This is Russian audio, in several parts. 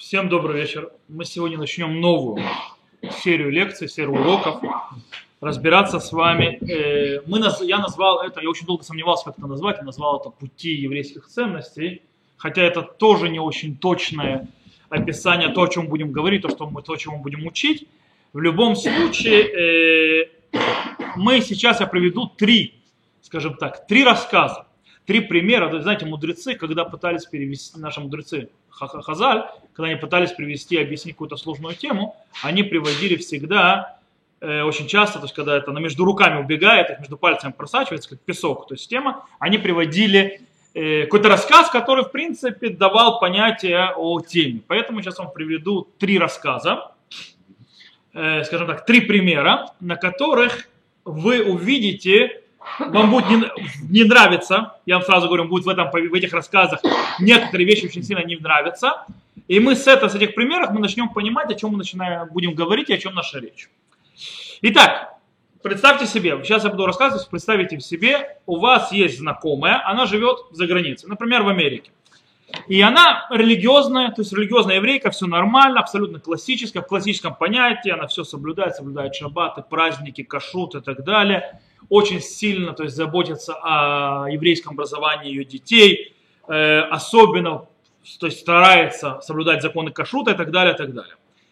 Всем добрый вечер. Мы сегодня начнем новую серию лекций, серию уроков. Разбираться с вами. Я назвал это, я очень долго сомневался, как это назвать. Я назвал это «Пути еврейских ценностей». Хотя это тоже не очень точное описание, то, о чем будем говорить, то, о чем мы будем учить. В любом случае, я приведу три рассказа. Три примера. Вы знаете, мудрецы, когда пытались перевести, наши мудрецы, Хазаль, когда они пытались объяснить какую-то сложную тему, они приводили всегда, очень часто, то есть когда это между руками убегает, между пальцами просачивается, как песок, то есть тема, они приводили какой-то рассказ, который, в принципе, давал понятие о теме. Поэтому сейчас вам приведу три рассказа, три примера, на которых вы увидите, вам будет не нравиться, я вам сразу говорю, будет в этих рассказах некоторые вещи очень сильно не нравятся. И мы с этих примеров мы начнем понимать, о чем мы будем говорить и о чем наша речь. Итак, представьте себе, сейчас я буду рассказывать, представьте себе, у вас есть знакомая, она живет за границей, например, в Америке. И она религиозная, то есть религиозная еврейка, все нормально, абсолютно классическая, в классическом понятии, она все соблюдает шаббаты, праздники, кашрут и так далее. Очень сильно, то есть заботится о еврейском образовании ее детей, особенно, то есть старается соблюдать законы кашрута и так далее, и так далее.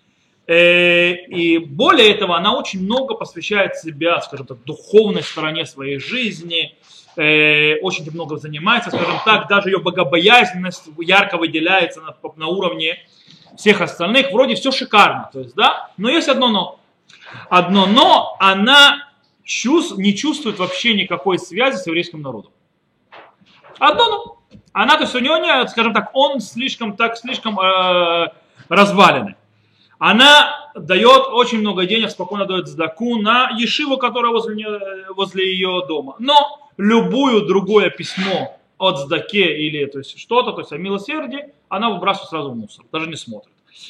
И более этого, она очень много посвящает себя, скажем так, духовной стороне своей жизни, очень много занимается, скажем так, даже ее богобоязненность ярко выделяется на уровне всех остальных, вроде все шикарно, то есть, да, но есть одно но. Одно но, она не чувствует вообще никакой связи с еврейским народом. Одно но. Она, то есть у нее, скажем так, он слишком разваленный. Она дает очень много денег, спокойно дает цдаку на ешиву, которая возле ее дома. Но любое другое письмо от цдаке или то есть что-то, то есть о милосердии, она выбрасывает сразу в мусор, даже не смотрит.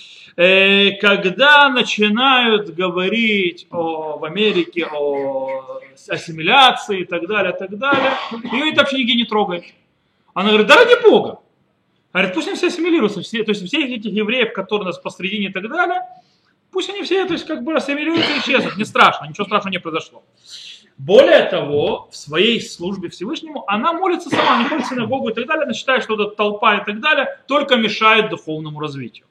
Когда начинают говорить в Америке о ассимиляции и так далее, ее это вообще нигде не трогает. Она говорит, да ради Бога. Говорит, пусть они все ассимилируются, то есть все этих евреев, которые у нас посредине и так далее, пусть они все, то есть ассимилируются и исчезнут, не страшно, ничего страшного не произошло. Более того, в своей службе Всевышнему она молится сама, не ходит в синагогу и так далее, она считает, что эта толпа и так далее только мешает духовному развитию.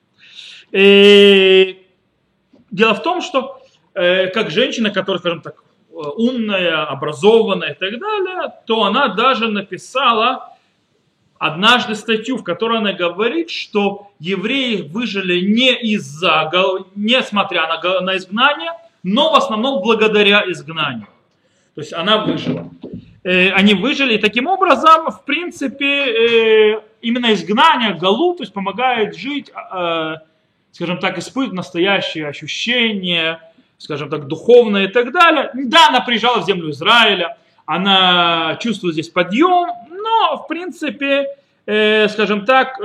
И дело в том, что как женщина, которая, скажем так, умная, образованная и так далее, то она даже написала однажды статью, в которой она говорит, что евреи выжили несмотря на изгнание, но в основном благодаря изгнанию. То есть она выжила. Они выжили, и таким образом, в принципе, именно изгнание, галут, то есть помогает жить, скажем так, испытывать настоящие ощущения, скажем так, духовные и так далее. Да, она приезжала в землю Израиля, она чувствует здесь подъем, но, в принципе, скажем так,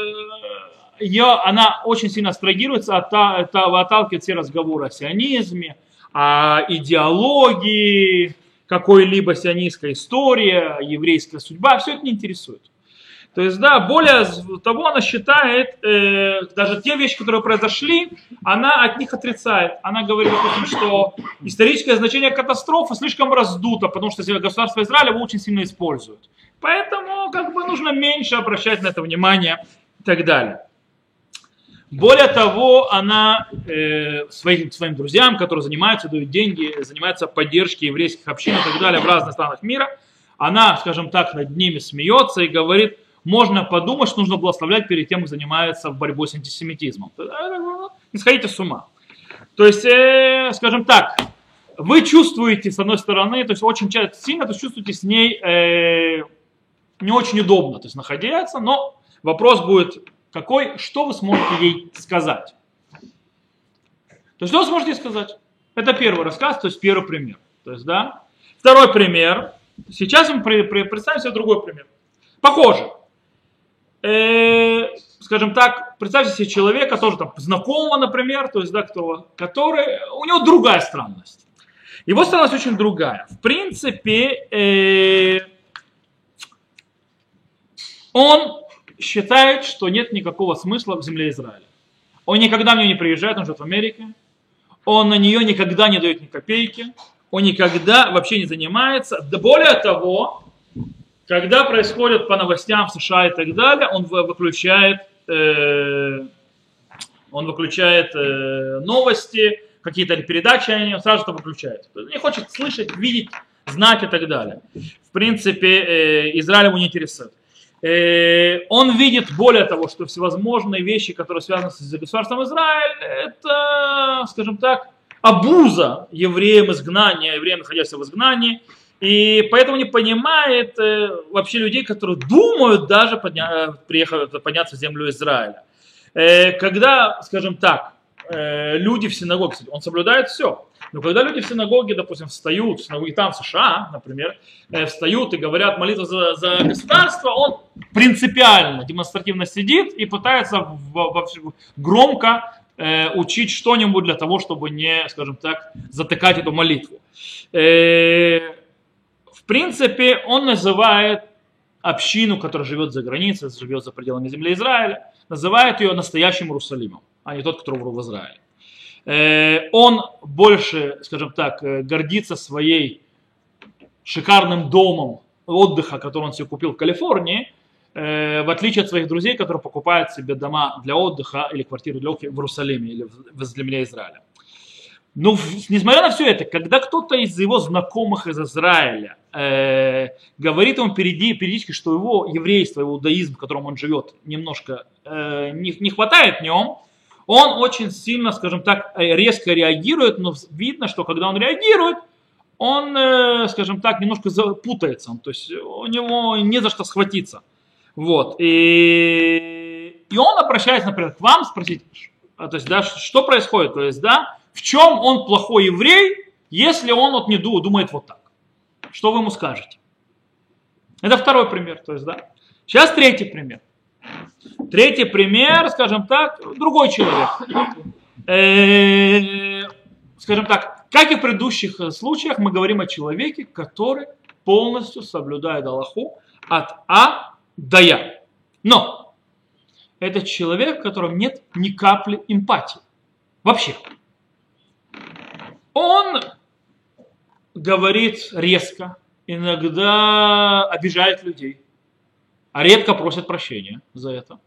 она очень сильно абстрагируется, отталкивает все разговоры о сионизме, о идеологии, какой-либо сионистской истории, еврейская судьба, все это не интересует. То есть, да, более того, она считает, даже те вещи, которые произошли, она от них отрицает. Она говорит, допустим, что историческое значение катастрофы слишком раздуто, потому что государство Израиля его очень сильно использует. Поэтому, нужно меньше обращать на это внимание и так далее. Более того, она своим друзьям, которые дают деньги, занимаются поддержкой еврейских общин и так далее в разных странах мира, она, скажем так, над ними смеется и говорит, можно подумать, что нужно благословлять перед тем, как занимается борьбой с антисемитизмом. Не сходите с ума. То есть, скажем так, вы чувствуете, с одной стороны, то есть очень сильно то есть, чувствуете с ней не очень удобно то есть, находиться, но вопрос будет какой, что вы сможете ей сказать. То есть, что вы сможете ей сказать? Это первый рассказ, то есть первый пример. То есть, да. Второй пример. Сейчас мы представим себе другой пример. Похоже. Скажем так, представьте себе человека, тоже там знакомого, например, то есть, да, который, у него другая странность. Его странность очень другая. В принципе, он считает, что нет никакого смысла в земле Израиля. Он никогда в нее не приезжает, он живет в Америке. Он на нее никогда не дает ни копейки. Он никогда вообще не занимается. Да более того, когда происходит по новостям в США и так далее, он выключает новости, какие-то передачи, они сразу это выключает. Не хочет слышать, видеть, знать и так далее. В принципе, Израиль его не интересует. Он видит, более того, что всевозможные вещи, которые связаны с государством Израиль, это, скажем так, обуза евреям изгнания, евреям, находящихся в изгнании. И поэтому не понимает вообще людей, которые думают даже подняться в землю Израиля. Когда, скажем так, люди в синагоге, он соблюдает все, но когда люди в синагоге, допустим, встают, в синагоге там в США, например, встают и говорят молитву за государство, он принципиально, демонстративно сидит и пытается громко учить что-нибудь для того, чтобы не, скажем так, затыкать эту молитву. В принципе, он называет общину, которая живет за границей, живет за пределами земли Израиля, называет ее настоящим Иерусалимом, а не тот, который в Израиле. Он больше, скажем так, гордится своей шикарным домом отдыха, который он себе купил в Калифорнии, в отличие от своих друзей, которые покупают себе дома для отдыха или квартиры для отдыха в Иерусалиме или в земле Израиля. Но несмотря на все это, когда кто-то из его знакомых из Израиля говорит ему периодически, что его еврейство, его иудаизм, в котором он живет, немножко не хватает в нем, он очень сильно, скажем так, резко реагирует, но видно, что когда он реагирует, он, скажем так, немножко запутается, то есть у него не за что схватиться. Вот. И он обращается, например, к вам спросить, то есть, да, что происходит, то есть, да, в чем он плохой еврей, если он вот не думает вот так. Что вы ему скажете? Это второй пример. То есть, да. Сейчас третий пример. Третий пример, скажем так, другой человек. Скажем так, как и в предыдущих случаях, мы говорим о человеке, который полностью соблюдает Аллаху от А до Я. Но это человек, в котором нет ни капли эмпатии. Вообще. Он говорит резко, иногда обижает людей, а редко просит прощения за это.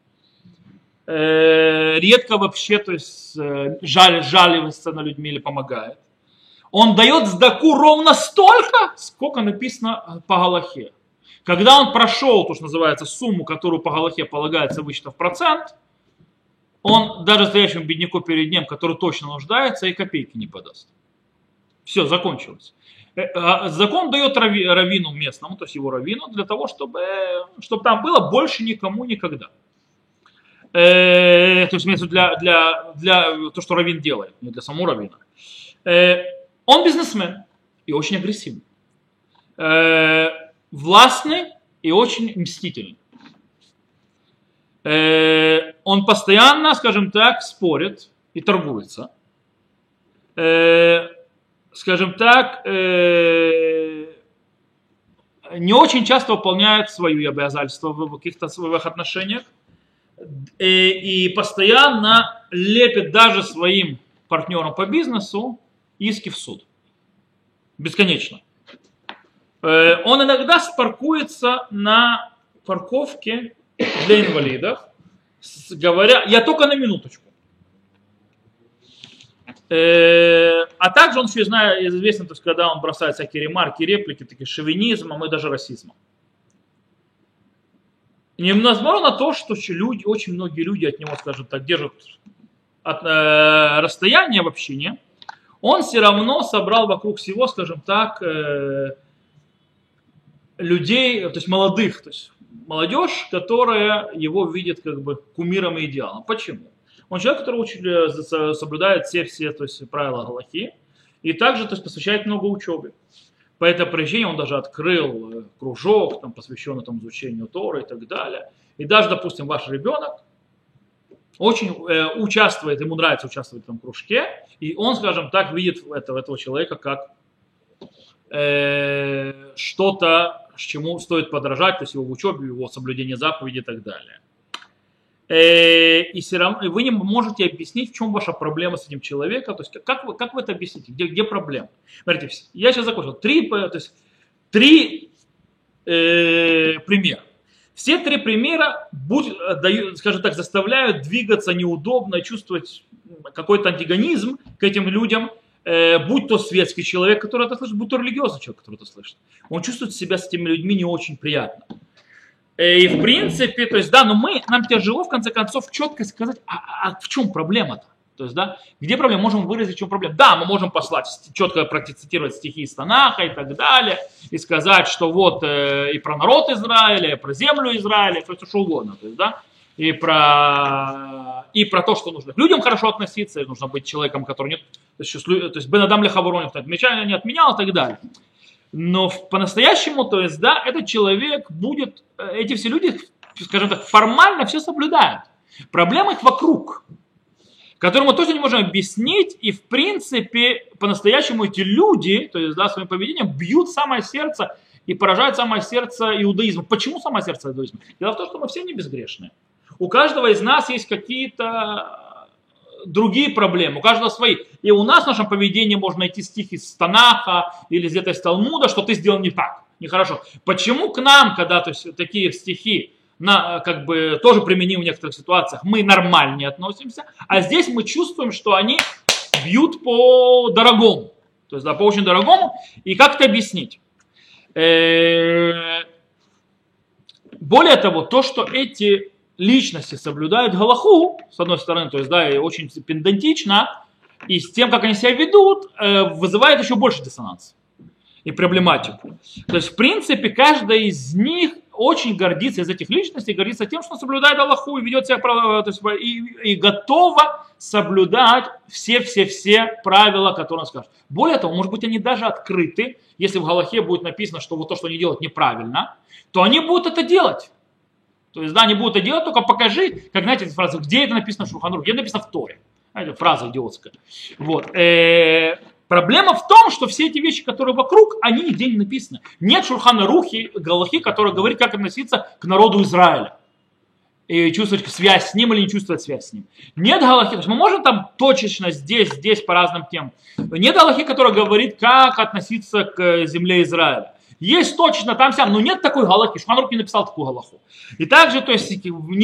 Редко вообще, то есть, жаливается над людьми или помогает. Он дает сдаку ровно столько, сколько написано по Галахе. Когда он прошел, то, что называется, сумму, которую по Галахе полагается, высчитав процент, он даже стоящему бедняку перед ним, который точно нуждается, и копейки не подаст. Все, закончилось. Закон дает раввину местному, то есть его раввину, для того, чтобы там было больше никому никогда. То есть для то, что раввин делает, не для самого раввина. Он бизнесмен и очень агрессивный. Властный и очень мстительный. Он постоянно, скажем так, спорит и торгуется. Скажем так, не очень часто выполняет свои обязательства в каких-то своих отношениях и постоянно лепит даже своим партнерам по бизнесу иски в суд. Бесконечно. Он иногда паркуется на парковке для инвалидов, говоря, я только на минуточку. А также он еще известен, то есть, когда он бросает всякие ремарки, реплики, такие шовинизмом и даже расизмом. Несмотря на то, что люди, очень многие люди от него, скажем так, держат расстояние в общине, он все равно собрал вокруг себя, скажем так, людей, то есть молодых, то есть молодежь, которая его видит как бы кумиром и идеалом. Почему? Он человек, который очень соблюдает все то есть, правила Галахи и также то есть, посвящает много учебе. По этой причине он даже открыл кружок, там, посвященный там, изучению Торы и так далее. И даже, допустим, ваш ребенок очень участвует, ему нравится участвовать в этом кружке, и он, скажем так, видит этого человека как что-то, чему стоит подражать, то есть его в учебе, его соблюдение заповедей и так далее. И все равно вы не можете объяснить, в чем ваша проблема с этим человеком. То есть, как вы это объясните? Где проблема? Смотрите, я сейчас закончил. Три примера. Все три примера, скажем так, заставляют двигаться неудобно, чувствовать какой-то антагонизм к этим людям, будь то светский человек, который это слышит, будь то религиозный человек, который это слышит. Он чувствует себя с этими людьми не очень приятно. И в принципе, то есть, да, но нам тяжело в конце концов четко сказать, в чем проблема-то? То есть, да, где проблема? Можем выразить, в чем проблема. Да, мы можем послать, четко процитировать стихи из Танаха и так далее, и сказать, что вот и про народ Израиля, и про землю Израиля, то есть что угодно. То есть, да, и про то, что нужно к людям хорошо относиться, и нужно быть человеком, который нет, то есть Бен Адам Лехавронов отмечал, не отменял и так далее. Но по-настоящему, то есть, да, этот человек будет, эти все люди, скажем так, формально все соблюдают. Проблема их вокруг, которую мы тоже не можем объяснить, и в принципе, по-настоящему эти люди, то есть, да, своим поведением бьют самое сердце и поражают самое сердце иудаизма. Почему самое сердце иудаизма? Дело в том, что мы все не безгрешные. У каждого из нас есть какие-то другие проблемы, у каждого свои. И у нас в нашем поведении можно найти стих из Танаха или где-то из Талмуда, что ты сделал не так, нехорошо. Почему к нам, когда то есть, такие стихи как бы, тоже применимы в некоторых ситуациях, мы нормально относимся, а здесь мы чувствуем, что они бьют по дорогому, то есть да, по очень дорогому, и как это объяснить? Более того, то, что эти личности соблюдают галаху, с одной стороны, то есть, да, и очень педантично, и с тем, как они себя ведут, вызывает еще больше диссонанс и проблематику. То есть, в принципе, каждая из них очень гордится, из этих личностей, гордится тем, что соблюдает галаху и ведет себя, то есть, и готова соблюдать все правила, которые он скажет. Более того, может быть, они даже открыты, если в галахе будет написано, что вот то, что они делают, неправильно, то они будут это делать. То есть, да, они будут это делать, только покажи, как, знаете, эта фраза, где это написано в Шулхан Арух, где это написано в Торе. Это фраза идиотская. Вот. Проблема в том, что все эти вещи, которые вокруг, они нигде не написаны. Нет Шулхана Арухи, галахи, который говорит, как относиться к народу Израиля. И чувствовать связь с ним или не чувствовать связь с ним. Нет галахи, то есть мы можем там точечно здесь по разным темам. Нет галахи, который говорит, как относиться к земле Израиля. Есть точно там сям, но нет такой галахи. Шулхан Арух не написал такую галаху. И также, то есть,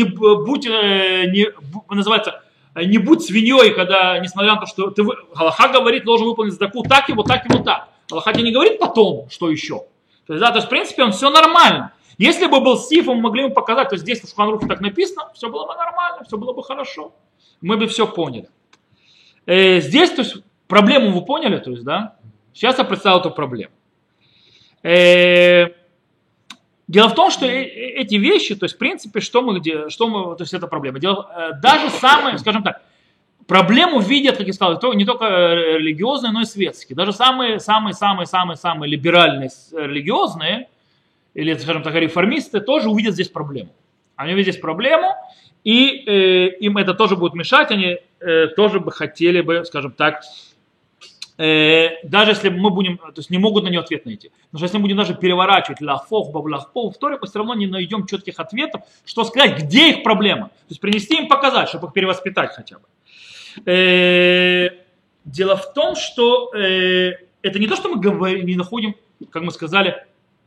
называется, не будь свиньей, когда, несмотря на то, что галаха говорит, должен выполнить задаку так и вот так и вот так. Галаха тебе не говорит потом, что еще. То есть, да, то есть, в принципе, он все нормально. Если бы был сиф, мы могли бы показать, то есть здесь в Шулхан Арухе так написано, все было бы нормально, все было бы хорошо. Мы бы все поняли. Здесь, то есть, проблему вы поняли, то есть, да? Сейчас я представил эту проблему. Дело в том, что эти вещи, то есть, в принципе, то есть, это проблема. Даже самые, скажем так, проблему видят, как я сказал, не только религиозные, но и светские. Даже самые либеральные религиозные, или, скажем так, реформисты, тоже увидят здесь проблему. Они увидят здесь проблему, и им это тоже будет мешать, они тоже бы хотели бы, скажем так, даже если мы будем, то есть не могут на нее ответ найти. Потому что если мы будем даже переворачивать лахфох, баблахпол, в Торе, мы все равно не найдем четких ответов, что сказать, где их проблема. То есть принести им показать, чтобы их перевоспитать хотя бы. Дело в том, что это не то, что мы не находим, как мы сказали,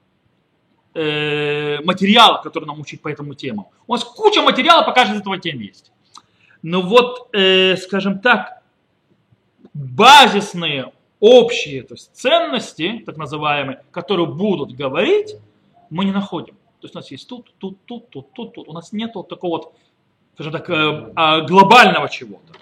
материала, который нам учить по этому темам. У нас куча материала по каждой из этого темы есть. Но вот, скажем так, базисные, общие, то есть ценности, так называемые, которые будут говорить, мы не находим. То есть у нас есть тут. У нас нет вот такого вот, скажем так, глобального чего-то.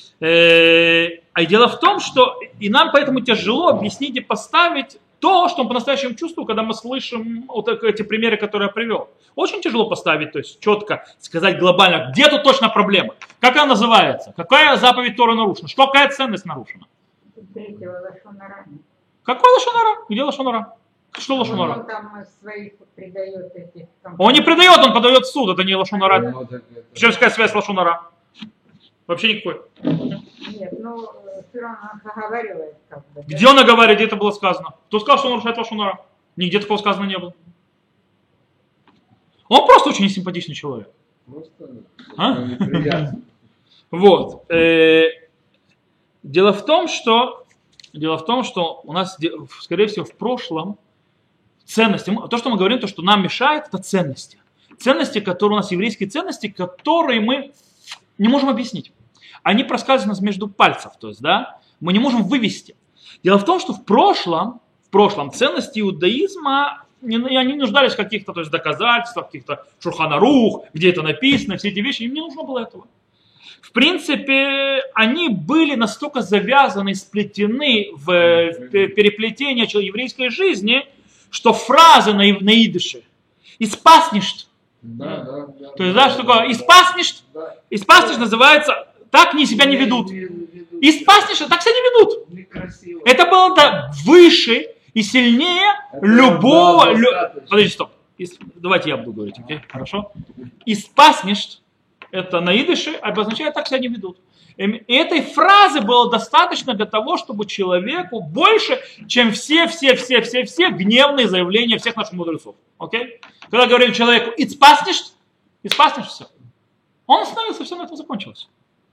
А дело в том, что и нам поэтому тяжело объяснить и поставить то, что мы по-настоящему чувствуем, когда мы слышим вот эти примеры, которые я привел. Очень тяжело поставить, то есть четко сказать глобально, где тут точно проблема, как она называется, какая заповедь Торы нарушена, что какая ценность нарушена. Третьего лашон-ара. Какой лашон-ара? Где лашон-ара? Что лашон-ара? Он там своих предает этих... Он не предает, он подает в суд, это не лашон-ара. В чем какая связь с лашон-ара? Вообще никакой. Нет, ну, все равно оговаривает как бы. Где он оговаривает, где это было сказано? Кто сказал, что он нарушает лашон-ара? Нигде такого сказано не было. Он просто очень несимпатичный человек. Просто А? неприятно. Вот. Дело в том, что у нас, скорее всего, в прошлом ценности, то, что мы говорим, то, что нам мешает, это ценности. Ценности, которые у нас еврейские ценности, которые мы не можем объяснить. Они проскальзывают у нас между пальцев, то есть, да, мы не можем вывести. Дело в том, что в прошлом ценности иудаизма, они нуждались в каких-то, то есть, доказательствах, каких-то Шулхан Арух, где это написано, все эти вещи, им не нужно было этого. В принципе, они были настолько завязаны, сплетены в переплетение еврейской жизни, что фразы на идыше «испаснишь». Да. То есть, да, что такое «испаснишь»? «Испаснишь» называется «так они себя не ведут». «Испаснишь» так себя не ведут. Некрасиво. Это было выше и сильнее любого... Подождите, стоп. Давайте я буду говорить, окей? Хорошо? «Испаснишь» это на идыше обозначает «так себя не ведут». И этой фразы было достаточно для того, чтобы человеку больше, чем все гневные заявления всех наших мудрецов. Окей? Когда говорили человеку «испаснишь», все. Он остановился, все на этом закончилось.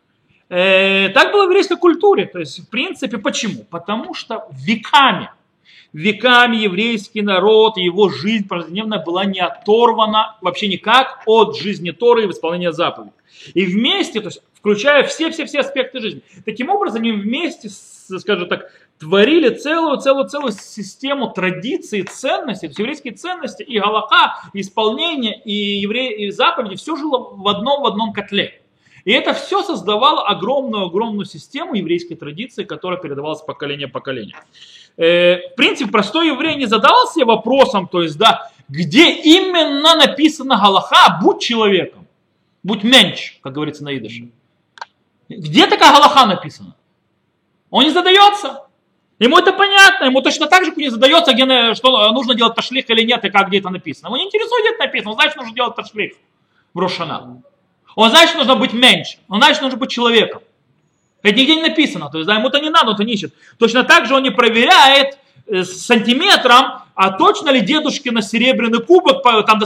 Так было в еврейской культуре. То есть, в принципе, почему? Потому что веками еврейский народ и его жизнь повседневная была не оторвана вообще никак от жизни Торы и исполнения заповедей. И вместе, то есть включая все аспекты жизни. Таким образом, они вместе, скажем так, творили целую систему традиций, ценностей, то есть еврейские ценности, и галаха, и исполнение, и заповеди, все жило в одном котле. И это все создавало огромную систему еврейской традиции, которая передавалась поколение в поколение. В принципе, простой еврей не задался вопросом, то есть, да, где именно написано галаха, будь человеком, будь меньш, как говорится на идыше. Где такая галаха написана? Он не задается. Ему это понятно, ему точно так же не задается, что нужно делать ташлих или нет, и как где это написано. Его не интересует, где это написано, он знает, что нужно делать ташлих в Рош ха-Шана. Он знает, что нужно быть меньше, он знает, что нужно быть человеком. Это нигде не написано, то есть да, ему это не надо, он это не ищет. Точно так же он не проверяет с сантиметром, а точно ли дедушкина серебряный кубок, там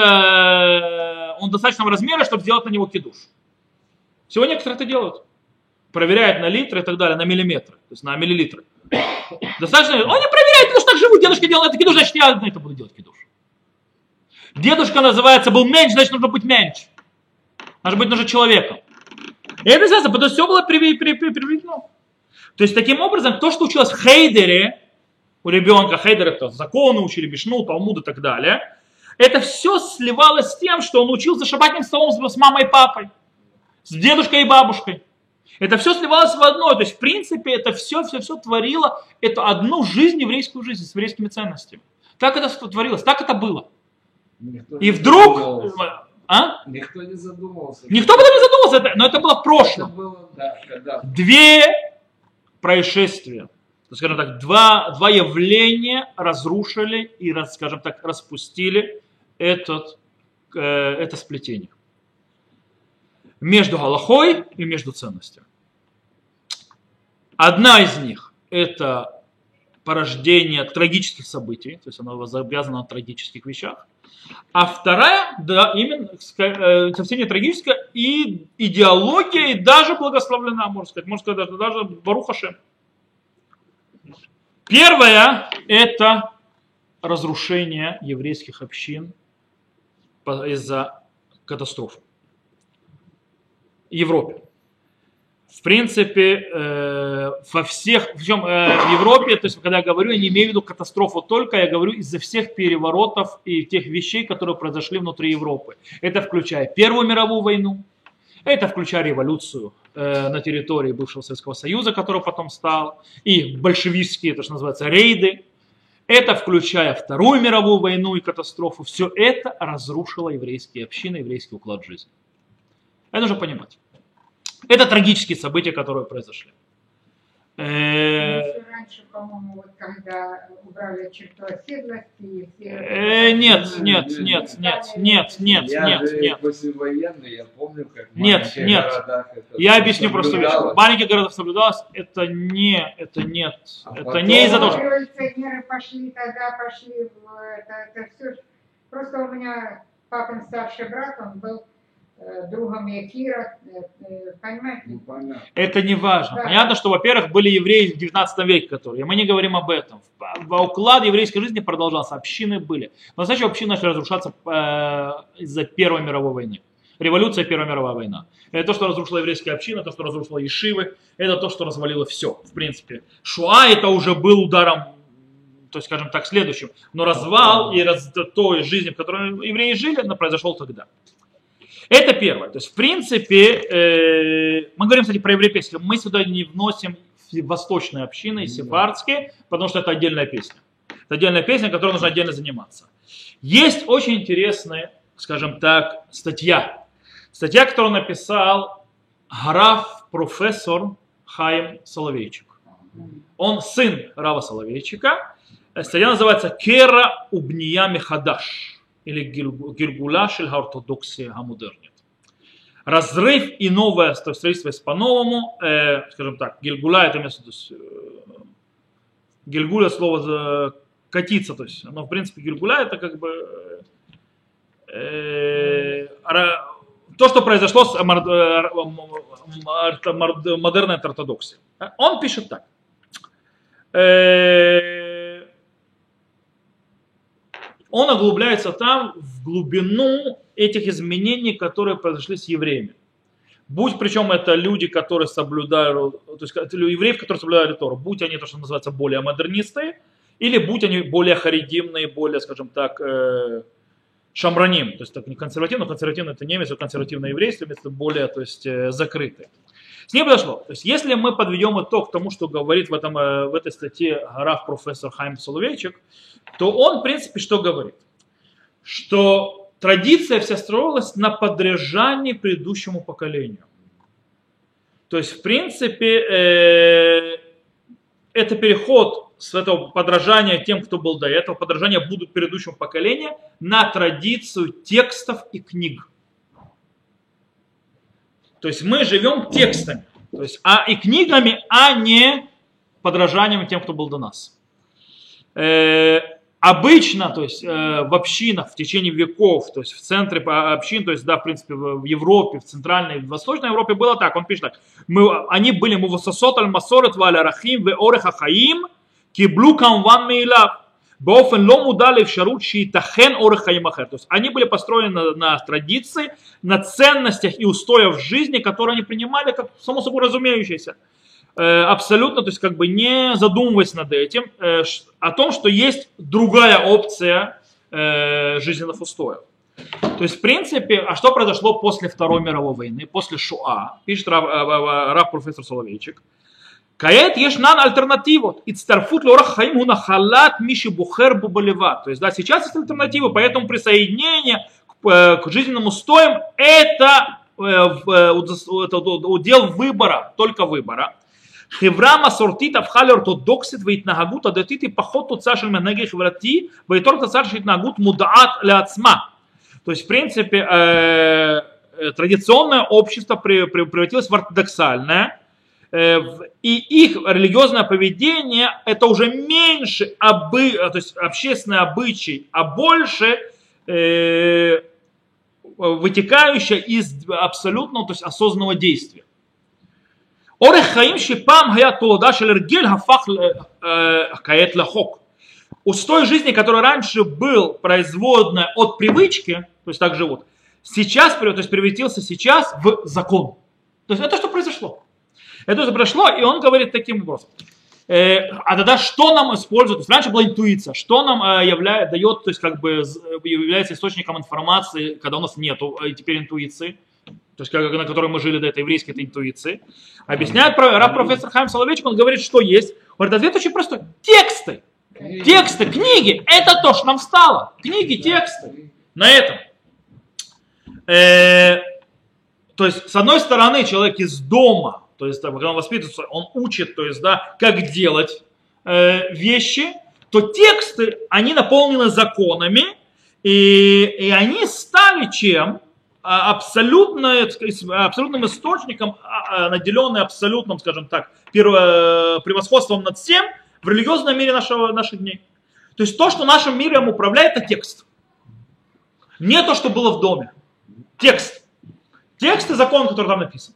он достаточного размера, чтобы сделать на него кидуш. Сегодня некоторые это делают. Проверяют на литры и так далее, на миллиметры, то есть на миллилитры. Достаточно, он не проверяет, потому что так живут, дедушка делал это кидуш, значит я на это буду делать кидуш. Дедушка называется был меньше, значит нужно быть меньше. Нужно человеком. И это связано, потому что все было приведено. То есть, таким образом, то, что училось в хейдере, у ребенка, хейдер это законы учили, Мишну, Талмуд и так далее, это все сливалось с тем, что он учился шаббатным столом с мамой и папой, с дедушкой и бабушкой. Это все сливалось в одно. То есть, в принципе, это все творило эту одну жизнь, еврейскую жизнь, с еврейскими ценностями. Так это творилось, так это было. И вдруг... Никто не задумывался. Никто об этом не задумывался, но это было в прошлом. Это было, да, когда... Две происшествия, скажем так, два явления разрушили и, скажем так, распустили это сплетение между галахой и между ценностями. Одна из них – это порождение трагических событий, то есть она завязана на трагических вещах. А вторая, да, именно совсем не трагическая, и идеология, и даже благословлена, можно сказать, даже Барух Ашем. Первое – это разрушение еврейских общин из-за катастрофы в Европе. В принципе, причем в Европе, то есть, когда я говорю, я не имею в виду катастрофу только, я говорю из-за всех переворотов и тех вещей, которые произошли внутри Европы. Это включая Первую мировую войну, это включая революцию на территории бывшего Советского Союза, который потом стал, и большевистские, то, что называется, рейды. Это включая Вторую мировую войну и катастрофу. Все это разрушило еврейские общины, еврейский уклад жизни. Это нужно понимать. Это трагические события, которые произошли. Еще раньше, по-моему, вот когда убрали черту оседлости. Нет. Я послевоенный, я помню, как в нет. городах это Я объясню просто вещь. В маленьких городах соблюдалось, это не из-за того, что... Революционеры пошли в это все. Просто у меня папин старший брат, он был другом Якира, понимаете? Ну, понятно. Это не важно. Да. Понятно, что, во-первых, были евреи в 19 веке, которые, мы не говорим об этом. Уклад еврейской жизни продолжался, общины были. Но значит, общины начали разрушаться из-за Первой мировой войны. Революция, Первая мировая война. Это то, что разрушила еврейская община, то, что разрушило ешивы, это то, что развалило все, в принципе. Шуа это уже был ударом, то есть, скажем так, следующим. Но развал и той жизни, в которой евреи жили, она произошел тогда. Это первое. То есть, в принципе, мы говорим, кстати, про европейские. Мы сюда не вносим восточные общины, сефардские, потому что это отдельная песня. Это отдельная песня, которой нужно отдельно заниматься. Есть очень интересная, скажем так, статья. Статья, которую написал граф профессор Хаим Соловейчик. Он сын Рава Соловейчика. Статья называется «Кера убния мехадаш» или «Гильгула шель ортодоксия гамодернит». Разрыв и новое строительство по-новому, скажем так, гильгула это место, то есть, гильгуля слово катиться, то есть, оно в принципе гильгуля это как бы то, что произошло с модерной ортодоксией. Он пишет так. Он оглубляется там в глубину этих изменений, которые произошли с евреями. Будь причем это люди, которые соблюдают, то есть евреи, которые соблюдали Тору, будь они то, что называется более модернисты, или будь они более харидимные, более, скажем так, шамраним, то есть так не консервативно, консервативно это немец, а консервативное еврейство, это более, то есть закрытые. С ним подошло. То есть если мы подведем итог к тому, что говорит в этой статье граф профессор Хаим Соловейчик, то он, в принципе, что говорит? Что традиция вся строилась на подражании предыдущему поколению. То есть, в принципе, это переход с этого подражания тем, кто был до этого, подражания будут предыдущему поколению на традицию текстов и книг. То есть мы живем текстами, то есть, и книгами, а не подражанием тем, кто был до нас. Обычно, то есть в общинах в течение веков, то есть в центре общин, то есть да, в принципе в Европе, в Центральной, в Восточной Европе было так. Он пишет так: они были мувасасот аль-масорет валь-арахим ве-орех ха-хаим киблу камван меилав באופן לא מודע לאפשרות שייתכן אורח חיים אחר. То есть они были построены на традиции, на ценностях и устоях жизни, которые они принимали как само собой разумеющееся. Абсолютно, то есть как бы не задумываясь над этим, о том, что есть другая опция жизненных устоев. То есть в принципе, а что произошло после Второй мировой войны, после Шоа, пишет рав профессор Соловейчик, כעת ישנן альтернативот. Ицтарфут лорах хаим гу нахалат миши бухер бубалеват. То есть, да, сейчас есть альтернатива, поэтому присоединение к жизненным устоям это удел выбора, только выбора. חברה מסורתית הפכה לאורתודוקסית והתנהגות הדתית היא פחות תוצאה של מנהג חברתי ויותר תוצאה של התנהגות מודעת לעצמה. То есть, в принципе, традиционное общество превратилось в ортодоксальное, и их религиозное поведение это уже меньше то есть общественный обычай, а больше вытекающее из абсолютного, то есть осознанного действия. אורח חיים שפעם היה תולדה של הרגל הפך כעת לחוק. Устой жизни, который раньше был производной от привычки, то есть так живут, сейчас, то есть превратился сейчас в закон. То есть это что произошло. Это уже прошло, и он говорит таким образом. А тогда что нам используют? То есть раньше была интуиция. Что нам дает, то есть как бы является источником информации, когда у нас нету теперь интуиции, то есть на которой мы жили до этой еврейской этой интуиции. Объясняет рав профессор Хаим Соловейчик, он говорит, что есть. Он говорит, ответ очень простой. Тексты. Тексты, книги. Это то, что нам стало. Книги, тексты. На этом. То есть, с одной стороны, человек из дома, то есть, когда он воспитывается, он учит, то есть, да, как делать вещи, то тексты, они наполнены законами, и они стали чем? Абсолютным источником, наделенный абсолютным, скажем так, превосходством над всем в религиозном мире наших дней. То есть, то, что нашим миром управляет, это текст. Не то, что было в доме. Текст. Тексты закона, который там написан.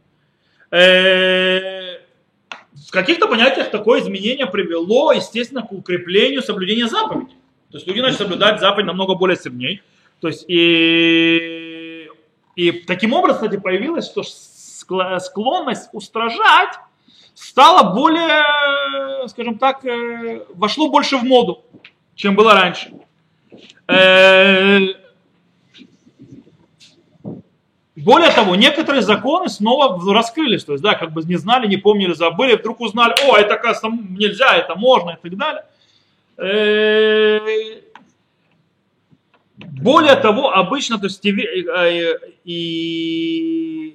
В каких-то понятиях такое изменение привело, естественно, к укреплению соблюдения заповедей. То есть люди начали соблюдать заповедь намного более сильней. То есть и таким образом, кстати, появилось, что склонность устражать стала более, скажем так, вошло больше в моду, чем было раньше. Более того, некоторые законы снова раскрылись, то есть, да, как бы не знали, не помнили, забыли, вдруг узнали, о, это, оказывается, нельзя, это можно и так далее. Более того, обычно, то есть, и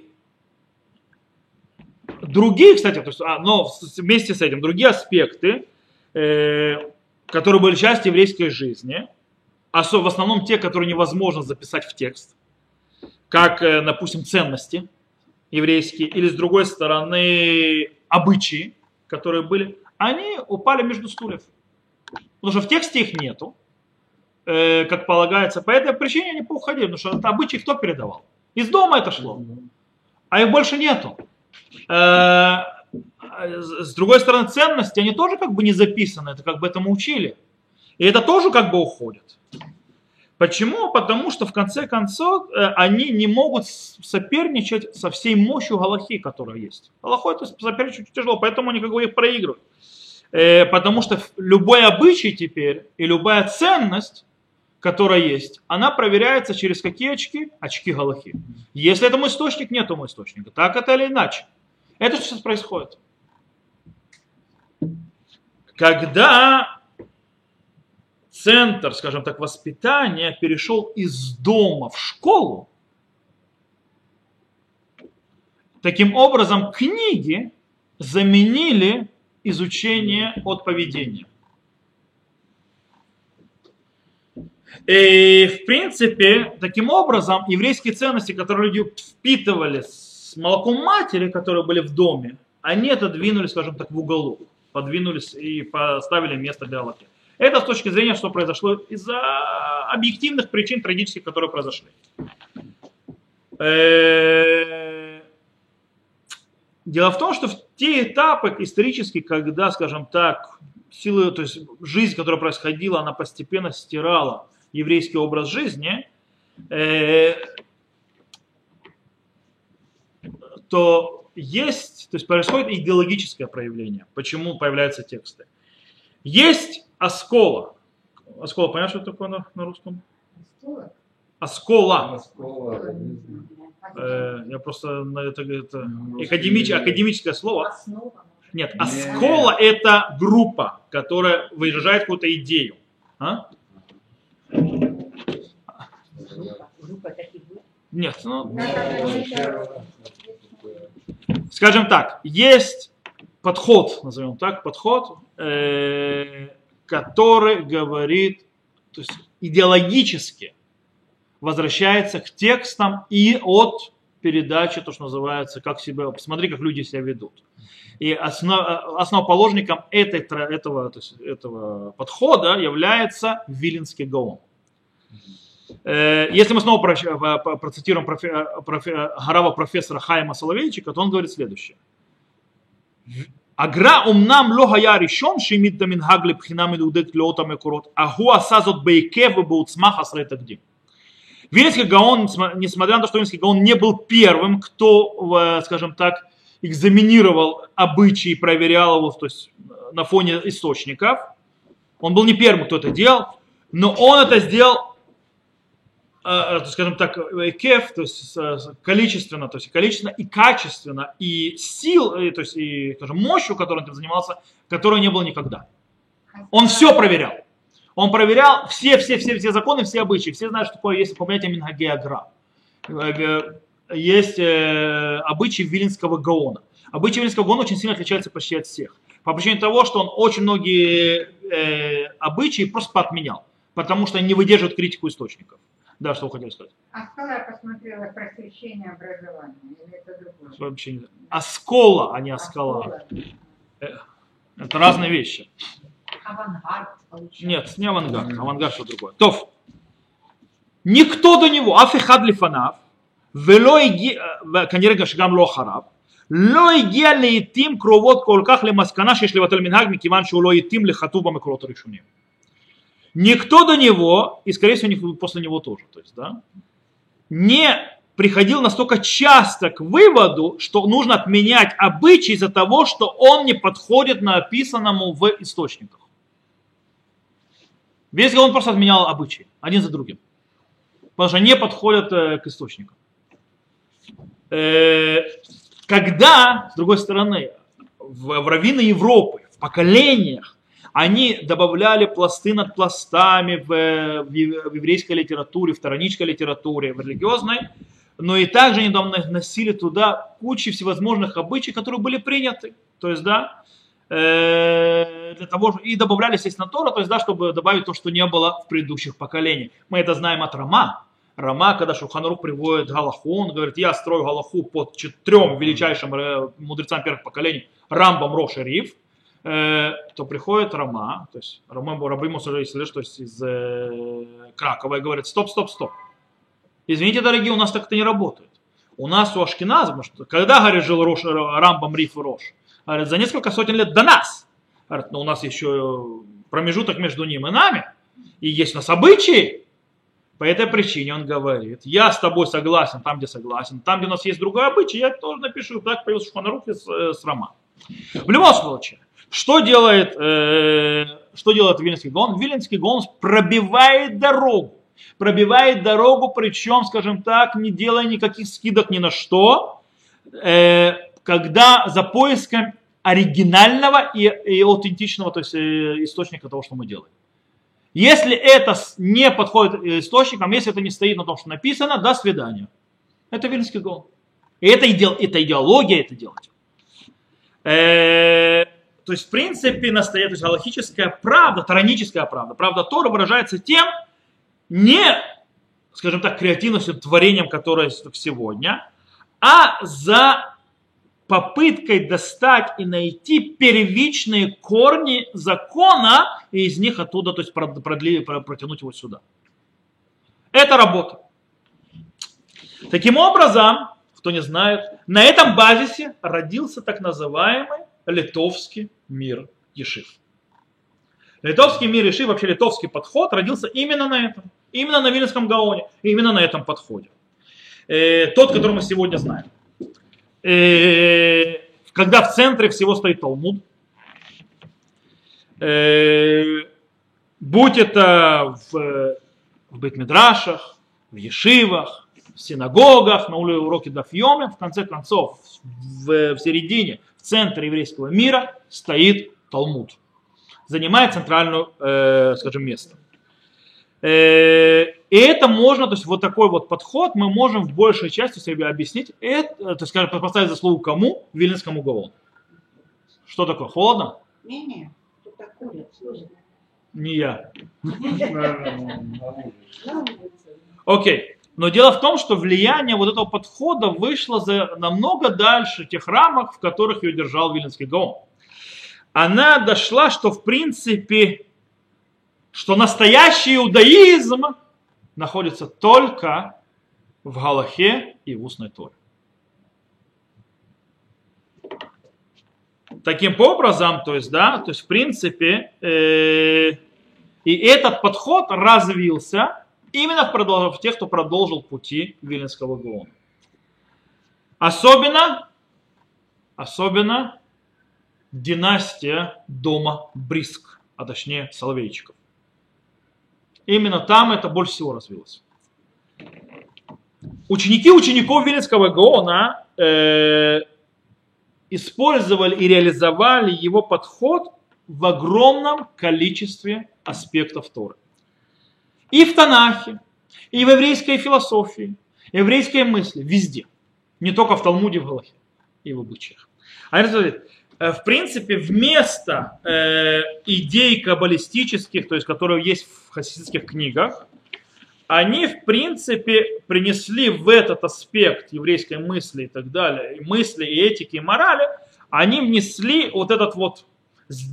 другие, кстати, то есть, но вместе с этим, другие аспекты, которые были частью еврейской жизни, в основном те, которые невозможно записать в текст, как, допустим, ценности еврейские, или с другой стороны обычаи, которые были, они упали между стульев. Потому что в тексте их нету, как полагается. По этой причине они поуходили, потому что это обычаи кто передавал? Из дома это шло, а их больше нету. С другой стороны, ценности, они тоже как бы не записаны, это как бы этому учили. И это тоже как бы уходит. Почему? Потому что в конце концов они не могут соперничать со всей мощью галахи, которая есть. Галахой это соперничать тяжело, поэтому они как бы их проигрывают. Потому что любой обычай теперь и любая ценность, которая есть, она проверяется через какие очки? Очки галахи. Если этому источник, нет этому источника. Так это или иначе. Это что сейчас происходит. Когда центр, скажем так, воспитания перешел из дома в школу, таким образом книги заменили изучение от поведения. И в принципе, таким образом, еврейские ценности, которые люди впитывали с молоком матери, которые были в доме, они отодвинулись, скажем так, в уголок, подвинулись и поставили место для галахи. Это с точки зрения, что произошло из-за объективных причин трагических, которые произошли. Дело в том, что в те этапы исторические, когда, скажем так, силы, то есть жизнь, которая происходила, она постепенно стирала еврейский образ жизни, то происходит идеологическое проявление. Почему появляются тексты? Есть оскола. Оскола, понятно, что это такое на русском? Оскола. Я просто это академическое слово. Нет, оскола это группа, которая выражает какую-то идею. Нет, скажем так, есть подход, назовем так, подход, который говорит, то есть идеологически возвращается к текстам и от передачи, то, что называется, как себя, посмотри, как люди себя ведут. И основоположником этого подхода является Виленский Гаон. Если мы снова процитируем Гарава профессора Хаима Соловейчика, то он говорит следующее. Агра умнам ло хая ришон шимит да минхаг лебхина медудет леот амекорот, агу аса зот бейкев и беуцмах асрей тагдим. Виленский Гаон, несмотря на то, что Виленский Гаон не был первым, кто, скажем так, экзаменировал обычаи и проверял его, то есть на фоне источников, он был не первым, кто это делал, но он это сделал, скажем так, кеф, то есть количественно, и качественно, и сил, то есть и скажем, мощью, которой он этим занимался, которой не было никогда. Он все проверял. Он проверял все законы, все обычаи. Все знают, что такое есть понятие минхагей агра. Есть обычаи Виленского Гаона. Обычаи Виленского Гаона очень сильно отличаются почти от всех. По причине того, что он очень многие обычаи просто поотменял, потому что они не выдерживают критику источников. Да, что вы хотели сказать? Оскола я посмотрела просвещение образования. Или это другое? Вообще не... Оскола, а не оскола. Это разные вещи. Авангард получается. Нет, не авангард. Авангард что другое. Тов. Никто до него, афихад лифанав, כנראה שגם לא אחריו, לא הגיע לעתים קרובות כל כך למסקנה שיש לבטל מנהג מכיוון שהוא לא התאים לכתוב במקורות הראשונים. Никто до него, и скорее всего после него тоже, то есть, да, не приходил настолько часто к выводу, что нужно отменять обычай из-за того, что он не подходит написанному в источниках. Весь он просто отменял обычаи, один за другим, потому что не подходят к источникам. Когда, с другой стороны, в раввины Европы, в поколениях, они добавляли пласты над пластами в еврейской литературе, в таранической литературе, в религиозной, но и также они носили туда кучу всевозможных обычаев, которые были приняты, то есть, да, для того, и добавляли, естественно, Тора, то есть, да, чтобы добавить то, что не было в предыдущих поколениях. Мы это знаем от Рама. Рама, когда Шулхан Арух приводит галаху, он говорит, я строю галаху под 4 величайшим мудрецам первых поколений, Рамбам, Рош и Рив, то приходит Рама, то есть Рабби Мусар ислиш, то есть из Кракова, и говорит, стоп. Извините, дорогие, у нас так это не работает. У нас у Ашкеназа, потому что когда, говорит, жил Рош, Рамбам, Рив и Рош, говорит, за несколько сотен лет до нас, говорит, но у нас еще промежуток между ним и нами, и есть у нас обычаи. По этой причине он говорит, я с тобой согласен там, где согласен, там, где у нас есть другой обычай, я тоже напишу, так появился Шулхан Арух с Рама. В любом случае, что делает Виленский Гаон? Виленский Гаон пробивает дорогу, причем, скажем так, не делая никаких скидок ни на что, когда за поиском оригинального и аутентичного, то есть источника того, что мы делаем. Если это не подходит источникам, если это не стоит на том, что написано, до свидания. Это Виленский Гаон. И это идеология это делать. То есть, в принципе, настоящая, то есть, галахическая правда, тараническая правда, правда Тора выражается тем, не, скажем так, креативностью, творением, которое сегодня, а за попыткой достать и найти первичные корни закона и из них оттуда, то есть протянуть его сюда. Это работа. Таким образом, кто не знает, на этом базисе родился так называемый литовский мир Ешив. Литовский мир Ешив, вообще литовский подход родился именно на этом, именно на Виленском Гаоне, именно на этом подходе. Тот, который мы сегодня знаем. Когда в центре всего стоит Талмуд, будь это в бейт-мидрашах, в ешивах, в синагогах, на уроке Даф Йоми, в конце концов, в середине, в центре еврейского мира стоит Талмуд, занимает центральное, скажем, место. И это можно, то есть вот такой вот подход мы можем в большей части себе объяснить, это, то есть, поставить заслугу кому? Виленскому Гаону. Что такое? Холодно? Не, тут так курят, слушай. Не я. Окей. Но дело в том, что влияние вот этого подхода вышло намного дальше тех рамок, в которых ее держал Виленский Гаон. Она дошла, что в принципе, что настоящий иудаизм находится только в Галахе и в устной Торе. Таким образом, то есть, да, то есть в принципе, и этот подход развился именно в тех, кто продолжил пути Виленского Гаона. Особенно династия дома Бриск, а точнее Соловейчиков. Именно там это больше всего развилось. Ученики учеников Виленского Гаона использовали и реализовали его подход в огромном количестве аспектов Торы. И в Танахе, и в еврейской философии, и в еврейской мысли, везде. Не только в Талмуде, в Галахе и в обычаях. В принципе, вместо идей каббалистических, то есть, которые есть в хасидских книгах, они, в принципе, принесли в этот аспект еврейской мысли и так далее, и мысли, и этики, и морали, они внесли вот этот вот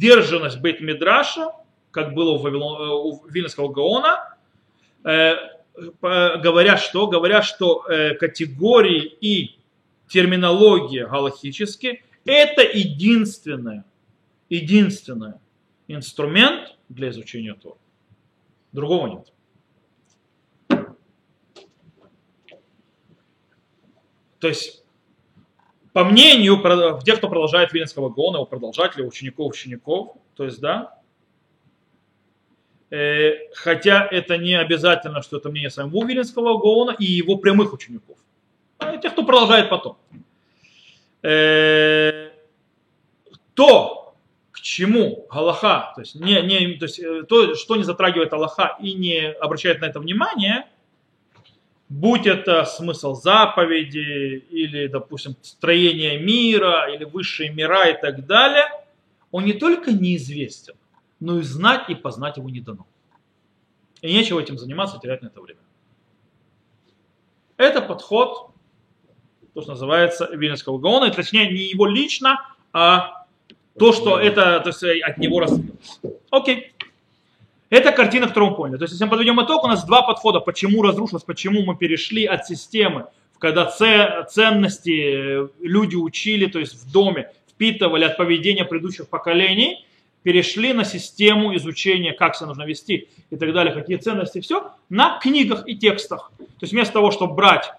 сдержанность бейт-мидраша, как было у Виленского Гаона, говорят, что категории и терминология галахические это единственный инструмент для изучения Торы. Другого нет. То есть, по мнению тех, кто продолжает Виленского Гаона, его продолжателей, учеников, то есть, да, хотя это не обязательно, что это мнение самого Виленского Гаона и его прямых учеников, а тех, кто продолжает потом. То, к чему Галаха, то есть, то, что не затрагивает Галаха и не обращает на это внимание, будь это смысл заповеди, или, допустим, строение мира, или высшие мира и так далее, он не только неизвестен, но и знать и познать его не дано. И нечего этим заниматься, терять на это время. Это подход, то, что называется Виленского Гаона, и точнее не его лично, а то, что это, то есть, от него развилось. Окей. Это картина, которую мы поняли. То есть, если мы подведем итог, у нас два подхода, почему разрушилось, почему мы перешли от системы, когда ценности люди учили, то есть в доме, впитывали от поведения предыдущих поколений, перешли на систему изучения, как себя нужно вести и так далее, какие ценности, все, на книгах и текстах. То есть вместо того, чтобы брать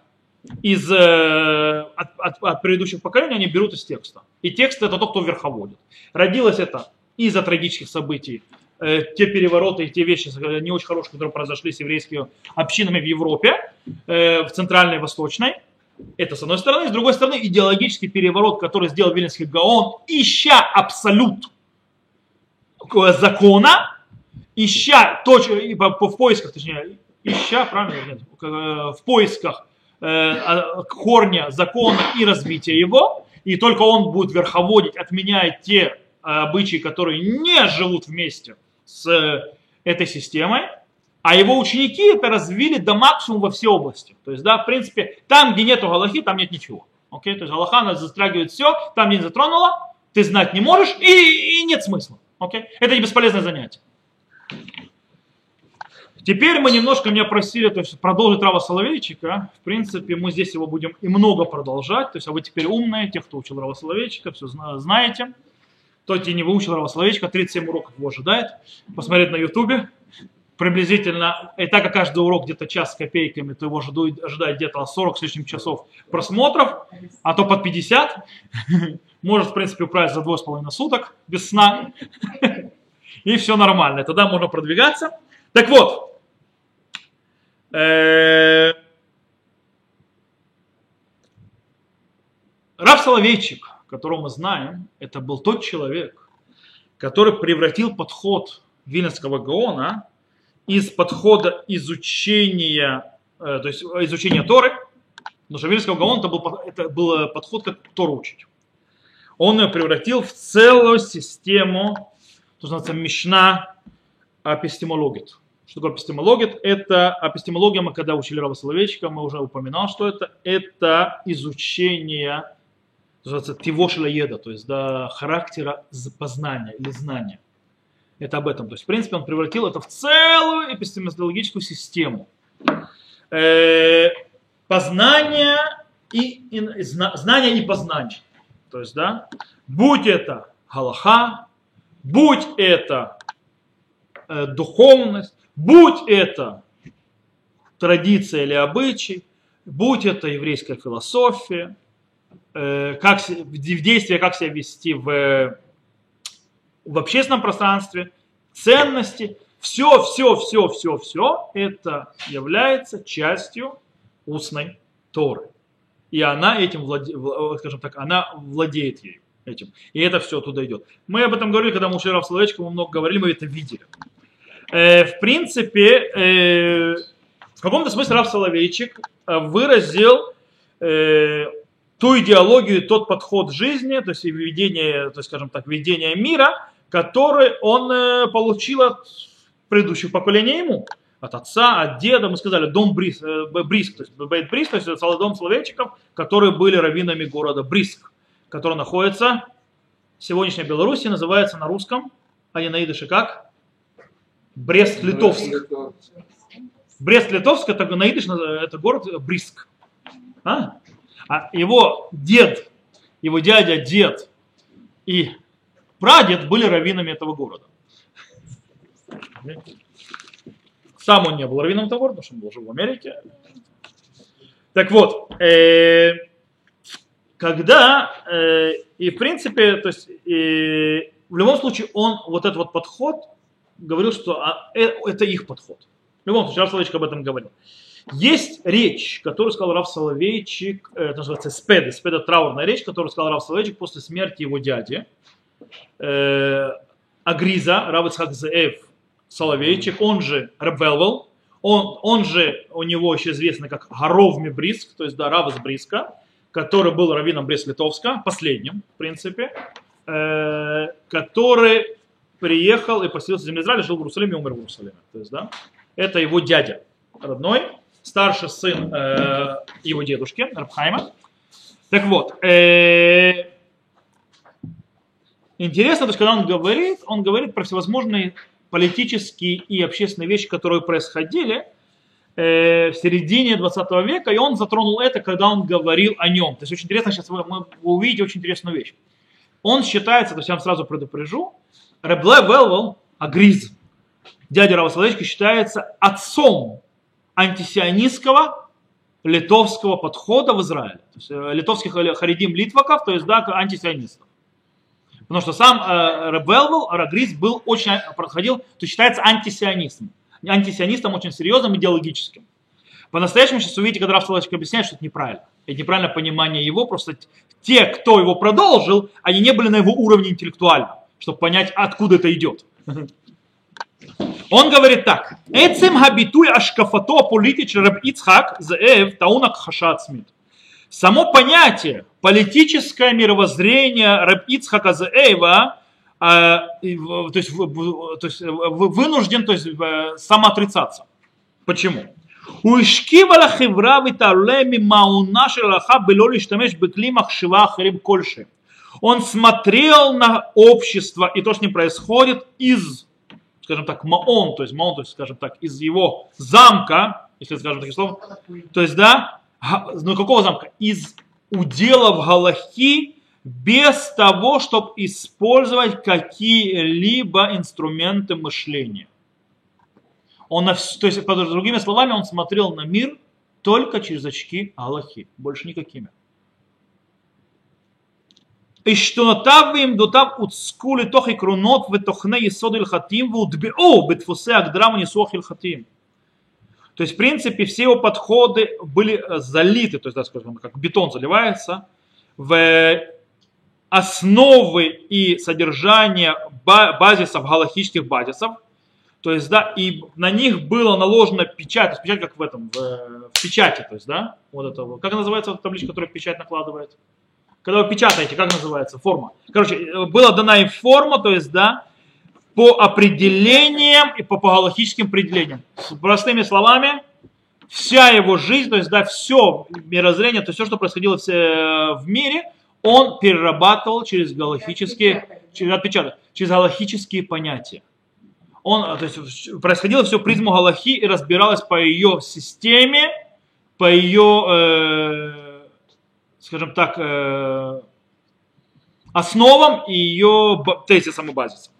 от предыдущих поколений, они берут из текста. И текст это тот, кто верховодит. Родилось это из-за трагических событий, те перевороты и те вещи не очень хорошие, которые произошли с еврейскими общинами в Европе, в центральной и восточной. Это с одной стороны. С другой стороны, идеологический переворот, который сделал Виленский Гаон, ища абсолют закона, ища в поисках, точнее, правильно, нет, в поисках корня закона и развития его, и только он будет верховодить, отменяя те обычаи, которые не живут вместе с этой системой, а его ученики это развили до максимума во все области. То есть, да, в принципе, там, где нету галахи, там нет ничего. Окей? То есть галаха она затрагивает все, там, где не затронула, ты знать не можешь и нет смысла. Окей? Это не бесполезное занятие. Теперь мы немножко меня просили, то есть, продолжить Рава Соловейчика. В принципе, мы здесь его будем и много продолжать. То есть, а вы теперь умные, те, кто учил Рава Соловейчика, все знаете. Кто не выучил Рава Соловейчика, 37 уроков его ожидает. Посмотреть на ютубе. Приблизительно, и так как каждый урок где-то час с копейками, то его ожидает где-то 40 с лишним часов просмотров, а то под 50. Может, в принципе, управиться за 2,5 суток без сна. И все нормально. И тогда можно продвигаться. Так вот. Рав Соловейчик, которого мы знаем, это был тот человек, который превратил подход Виленского Гаона из подхода изучения, то есть изучения Торы, потому что Виленского Гаона это был подход, как Тору учить. Он ее превратил в целую систему, то, что называется Мишна апистемологит. Что такое апистемологит? Это апистемология, мы когда учили Рава Соловейчика, мы уже упоминали, что это изучение, тивошеля еда, то есть до характера познания или знания. Это об этом. То есть, в принципе, он превратил это в целую эпистемологическую систему. Познание знание и познание. То есть, да, будь это галаха, будь это духовность, будь это традиция или обычай, будь это еврейская философия, как в действии, как себя вести в общественном пространстве, ценности, все это является частью устной Торы. И она этим, скажем так, она владеет ею этим. И это все оттуда идет. Мы об этом говорили, когда мы учили Рава Соловейчика, мы много говорили, мы это видели. В принципе, в каком-то смысле Рав Соловейчик выразил ту идеологию, тот подход жизни, то есть ведение, то есть, скажем так, ведение мира, который он получил от предыдущих поколений ему, от отца, от деда. Мы сказали, дом Бриск, то есть Бейт Бриск, то есть дом Соловейчиков, которые были раввинами города Бриск, который находится в сегодняшней Беларуси, называется на русском, а не на идыше как? Брест-Литовск. Брест-Литовск, это на идиш, это город Бриск. А его дед, его дядя, дед и прадед были раввинами этого города. Сам он не был раввином этого города, потому что он был жив в Америке. Так вот, когда, и в принципе, то есть, в любом случае, он вот этот вот подход говорил, что это их подход. В любом случае, Рав Соловейчик об этом говорил. Есть речь, которую сказал Рав Соловейчик, это называется спеда. Спеда — траурная речь, которую сказал Рав Соловейчик после смерти его дяди. Агриза, Рав Ицхак Зеэв Соловейчик, он же Реб Велвел, он же у него еще известный как Гаров Мибриск, то есть да, Рав из Бриска, который был раввином Брест-Литовска, последним, в принципе, который приехал и поселился в земле Израиля, жил в Иерусалиме и умер в Иерусалиме. То есть, да, это его дядя родной, старший сын его дедушки, Раб Хайма. Так вот, интересно, то есть, когда он говорит про всевозможные политические и общественные вещи, которые происходили в середине 20 века, и он затронул это, когда он говорил о нем. То есть очень интересно, сейчас вы увидите очень интересную вещь. Он считается, то есть я вам сразу предупрежу, Реб Велвел, Агриз, дядя Рава Соловейчика, считается отцом антисионистского литовского подхода в Израиле. То есть литовских харидим литваков, то есть да, антисионистов. Потому что сам Реб Велвел, Агриз, был очень, проходил, то считается антисионистом очень серьезным, идеологическим. По-настоящему сейчас увидите, когда Рав Соловейчик объясняет, что это неправильно. Это неправильное понимание его, просто те, кто его продолжил, они не были на его уровне интеллектуально, чтобы понять, откуда это идет. Он говорит так. Эцем хабитуй ашкафато политич Реб Ицхак Зеэв таунак хашат смит. Само понятие, политическое мировоззрение Реб Ицхака Зеэва, то есть вынужден, то есть, самоотрицаться. Почему? Он смотрел на общество и то, что с ним происходит, из, скажем так, маон, то есть, скажем так, из его замка, если скажем такие слова, то есть, да, ну какого замка? Из уделов галахи, без того, чтобы использовать какие-либо инструменты мышления. То есть, другими словами, он смотрел на мир только через очки галахи, больше никакими. То есть, в принципе, все его подходы были залиты, то есть, да, скажем, как бетон заливается, в основы и содержание базисов, галахических базисов, то есть, да, и на них было наложена печать, то есть печать как в этом, в печати, то есть, да, вот это, как называется табличка, которая в печать накладывает? Когда вы печатаете, как называется? Форма. Короче, была дана им форма, то есть, да, по определениям и по галахическим определениям. С простыми словами, вся его жизнь, то есть, да, все мирозрение, то есть, все, что происходило в мире, он перерабатывал через галахические, через галахические понятия. То есть, происходило все призму галахи и разбиралось по ее системе, по ее, скажем так, основам и ее тезисам и базисам.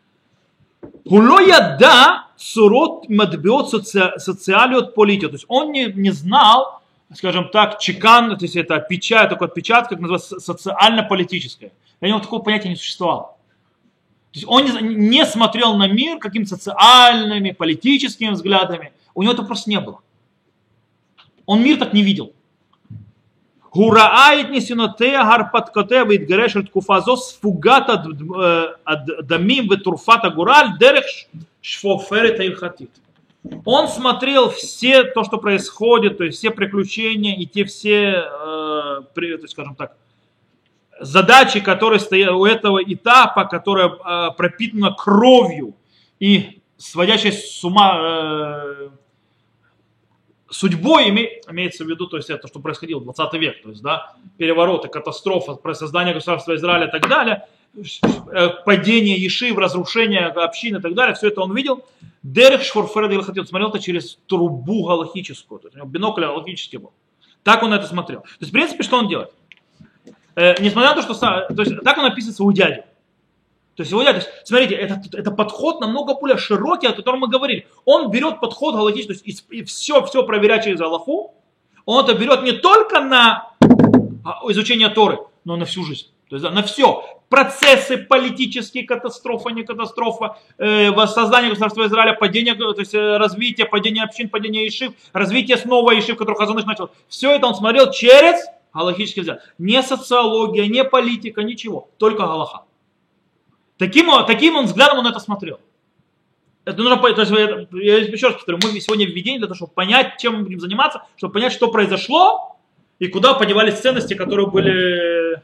Гулояда сурот мадбиот социалиот полития. То есть он не знал, скажем так, чекан, то есть это печать, такой отпечаток, как называется, социально-политическое. Для него такого понятия не существовало. То есть он не смотрел на мир какими-то социальными, политическими взглядами. У него это просто не было. Он мир так не видел. Хураает несинотея гарпаткоте витгарешет куфазос фугата дамим ветурфата гураль дерех шфоферет илхатит. Он смотрел все то, что происходит, то есть все приключения и те все, скажем так, задачи, которые стоят у этого этапа, которая пропитана кровью и сводящей с ума судьбой, имеется в виду, то есть это, что происходило в 20 век, то есть, да, перевороты, катастрофа, создание государства Израиля и так далее, падение Ешив, разрушение общины и так далее, все это он видел. Дерех шфорферед илхатил, смотрел это через трубу галахическую, то есть у него бинокль галахический был. Так он на это смотрел. То есть, в принципе, что он делает? Несмотря на то, что то есть, так он описывается у дяди. То есть, смотрите, это подход намного более широкий, о котором мы говорили. Он берет подход галахический, то есть и все проверять через Аллаху. Он это берет не только на изучение Торы, но на всю жизнь. То есть, на все. Процессы политические, катастрофа, не катастрофа, воссоздание государства Израиля, падение, то есть развитие, падение общин, падение ешив, развитие снова ешив, который Хазон Иш начал. Все это он смотрел через галахический взгляд. Не социология, не политика, ничего, только галаха. Таким он взглядом он это смотрел. Это нужно, то есть, я еще раз повторю, мы сегодня в введении для того, чтобы понять, чем мы будем заниматься, чтобы понять, что произошло и куда подевались ценности, которые были,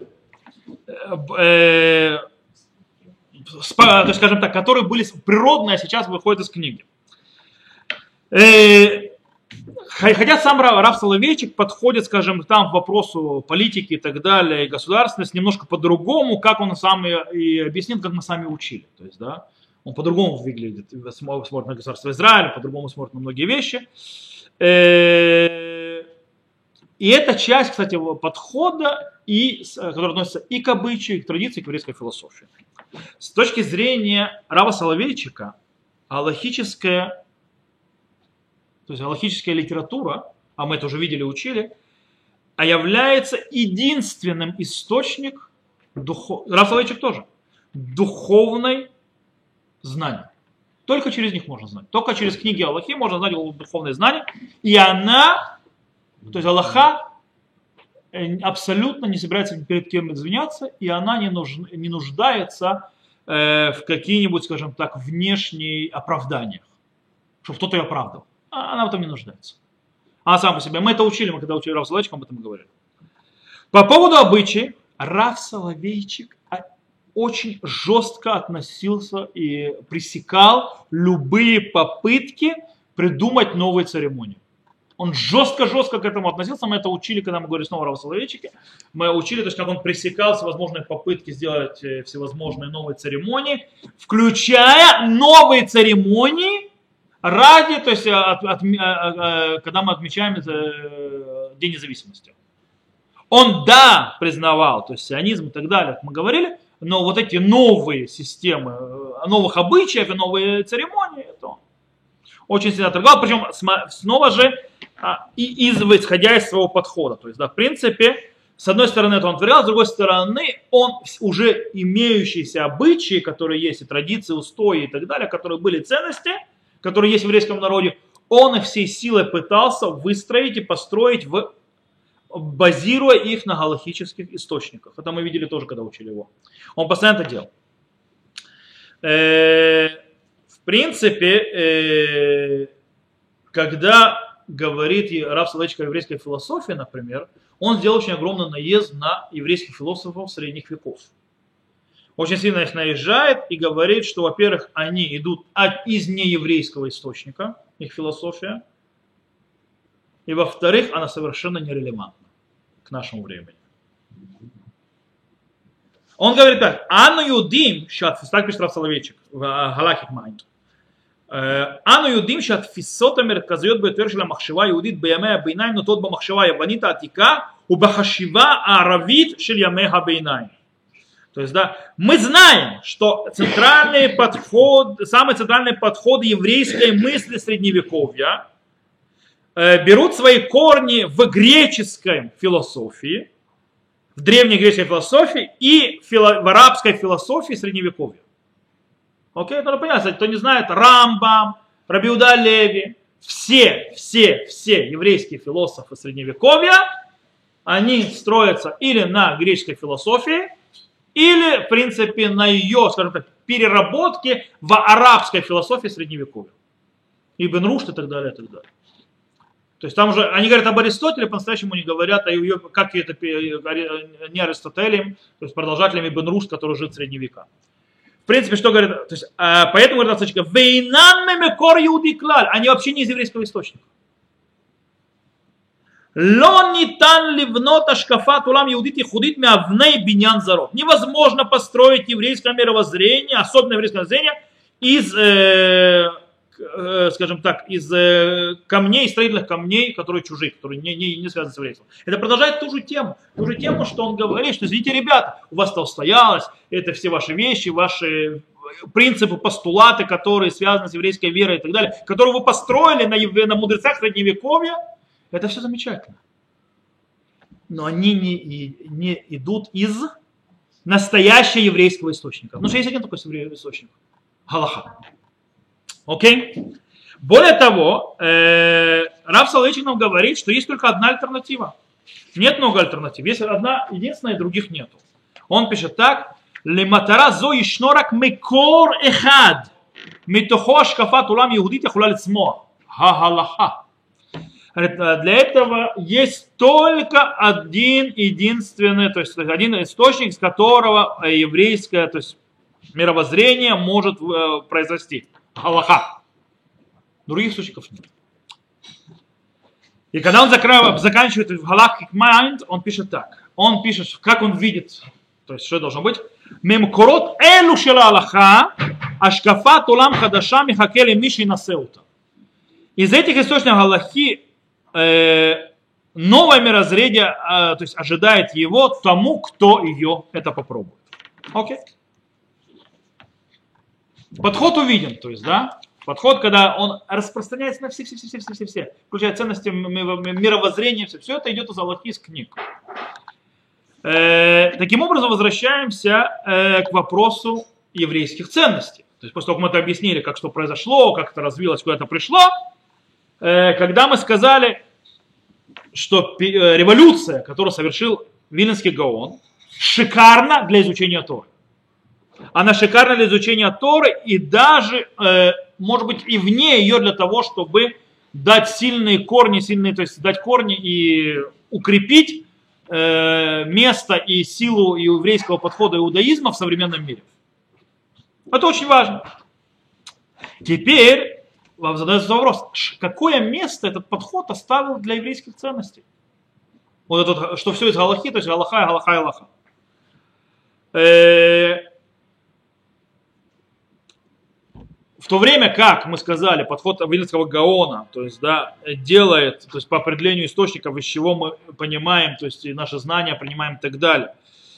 то есть, скажем так, которые были природные, а сейчас выходят из книги. Хотя сам Рав Соловейчик подходит, скажем, там к вопросу политики и так далее, и государственности немножко по-другому, как он сам и объяснил, как мы сами учили. То есть, да, он по-другому выглядит, смотрит на государство Израиля, по-другому смотрит на многие вещи. И это часть, кстати, подхода, который относится и к обычаю, и к традиции, и к еврейской философии. С точки зрения Рава Соловейчика, аллахическая литература, а мы это уже видели и учили, является единственным источником, Рав Соловейчик тоже, духовной знания. Только через них можно знать. Только через книги Аллахи можно знать духовные знания. И она, то есть Аллаха, абсолютно не собирается перед кем извиняться, и она не нуждается в какие-нибудь, скажем так, внешних оправданиях, чтобы кто-то ее оправдал. Она в этом не нуждается. Она сама по себе. Мы это учили, когда учили Рав Соловейчика, об этом говорили. По поводу обычаев, Рав Соловейчик очень жестко относился и пресекал любые попытки придумать новые церемонии. Он жестко к этому относился. Мы это учили, когда мы говорили снова о Рав Соловейчике. Мы учили, то есть, как он пресекал всевозможные попытки сделать всевозможные новые церемонии, включая новые церемонии ради, то есть, когда мы отмечаем День независимости. Он, да, признавал, то есть, сионизм и так далее, как мы говорили, но вот эти новые системы, новых обычаев и новые церемонии, это он очень сильно торговал, причем снова же исходя из своего подхода. То есть, да, в принципе, с одной стороны это он творил, с другой стороны он уже имеющиеся обычаи, которые есть, и традиции, устои и так далее, которые были ценности, которые есть в еврейском народе, он их всей силой пытался выстроить и построить, базируя их на галахических источниках. Это мы видели тоже, когда учили его. Он постоянно это делал. В принципе, когда говорит Рав Соловейчик о еврейской философии, например, он сделал очень огромный наезд на еврейских философов средних веков. Очень сильно их наезжает и говорит, что, во-первых, они идут из нееврейского источника, их философия, и, во-вторых, она совершенно нерелевантна к нашему времени. Он говорит так: «Ану юдим», так пишет Рав Соловейчик в Галахик Майнд, אנו יודעים שהתפיסות המרכזיות ביותר של המחשבה היהודית בימי הביניים נוטות במחשבה היוונית העתיקה ובחשיבה הערבית של ימי הביניים. То есть, да, мы знаем, что самый центральный подход еврейской мысли средневековья берут свои корни в греческой философии, в древней греческой философии и в арабской философии средневековья. Окей, это понятно, кто не знает, Рамбам, Раби Иуда Леви, все еврейские философы средневековья, они строятся или на греческой философии, или, в принципе, на ее, скажем так, переработке в арабской философии средневековья. Ибн Рушд и так далее, и так далее. То есть там уже, они говорят об Аристотеле, по-настоящему не говорят о ее, как это не Аристотелем, то есть продолжателем Ибн Рушд, который жил в средние века. В принципе, что говорит, то есть, поэтому говорит Ацачка, они вообще не из еврейского источника. Невозможно построить еврейское мировоззрение, особенно еврейское мировоззрение, из скажем так, из камней, строительных камней, которые чужие, которые не связаны с еврейством. Это продолжает ту же тему, что он говорит, что, извините, ребята, у вас-то устоялось, это все ваши вещи, ваши принципы, постулаты, которые связаны с еврейской верой и так далее, которые вы построили на мудрецах Средневековья, это все замечательно. Но они не идут из настоящего еврейского источника. Потому что есть один такой источник. Галаха. Окей? Более того, Рав Соловейчик нам говорит, что есть только одна альтернатива. Нет много альтернатив. Есть одна единственная, других нету. Он пишет так. למטרה זו ישנו רק מקור אחד מתוכו השקפת עולם יהודית יכולה לצמוח, ההלכה. Для этого есть только один единственный, то есть один источник, из которого еврейское, то есть мировоззрение может произрасти. Галаха. Других источников нет. И когда он заканчивает в Галах Mind, он пишет так. Он пишет, как он видит, то есть что должно быть. ממקורות אלו של ההלכה, השקפת עולם חדשה מחכה למי שינשא אותה. Из этих источников Галахи новое мирозрение, то есть ожидает его тому, кто ее это попробует. Окей? Подход увиден, то есть, да? Подход, когда он распространяется на все, включая ценности мировоззрения, все это идет из Галахи, из книг. Таким образом, возвращаемся к вопросу еврейских ценностей. То есть, после того, как мы это объяснили, как что произошло, как это развилось, куда это пришло, когда мы сказали, что революция, которую совершил Вильнюсский Гаон, шикарна для изучения Торы. Она шикарна для изучения Торы и даже, может быть, и вне ее для того, чтобы дать сильные корни, то есть дать корни и укрепить место и силу еврейского подхода иудаизма в современном мире. Это очень важно. Теперь вам задается вопрос, какое место этот подход оставил для еврейских ценностей? Вот это, что все из Галахи, то есть Галаха, Галаха, Галаха. В то время как, мы сказали, подход Вильнюсского Гаона, то есть, да, делает, то есть по определению источников, из чего мы понимаем, то есть и наши знания принимаем и так далее,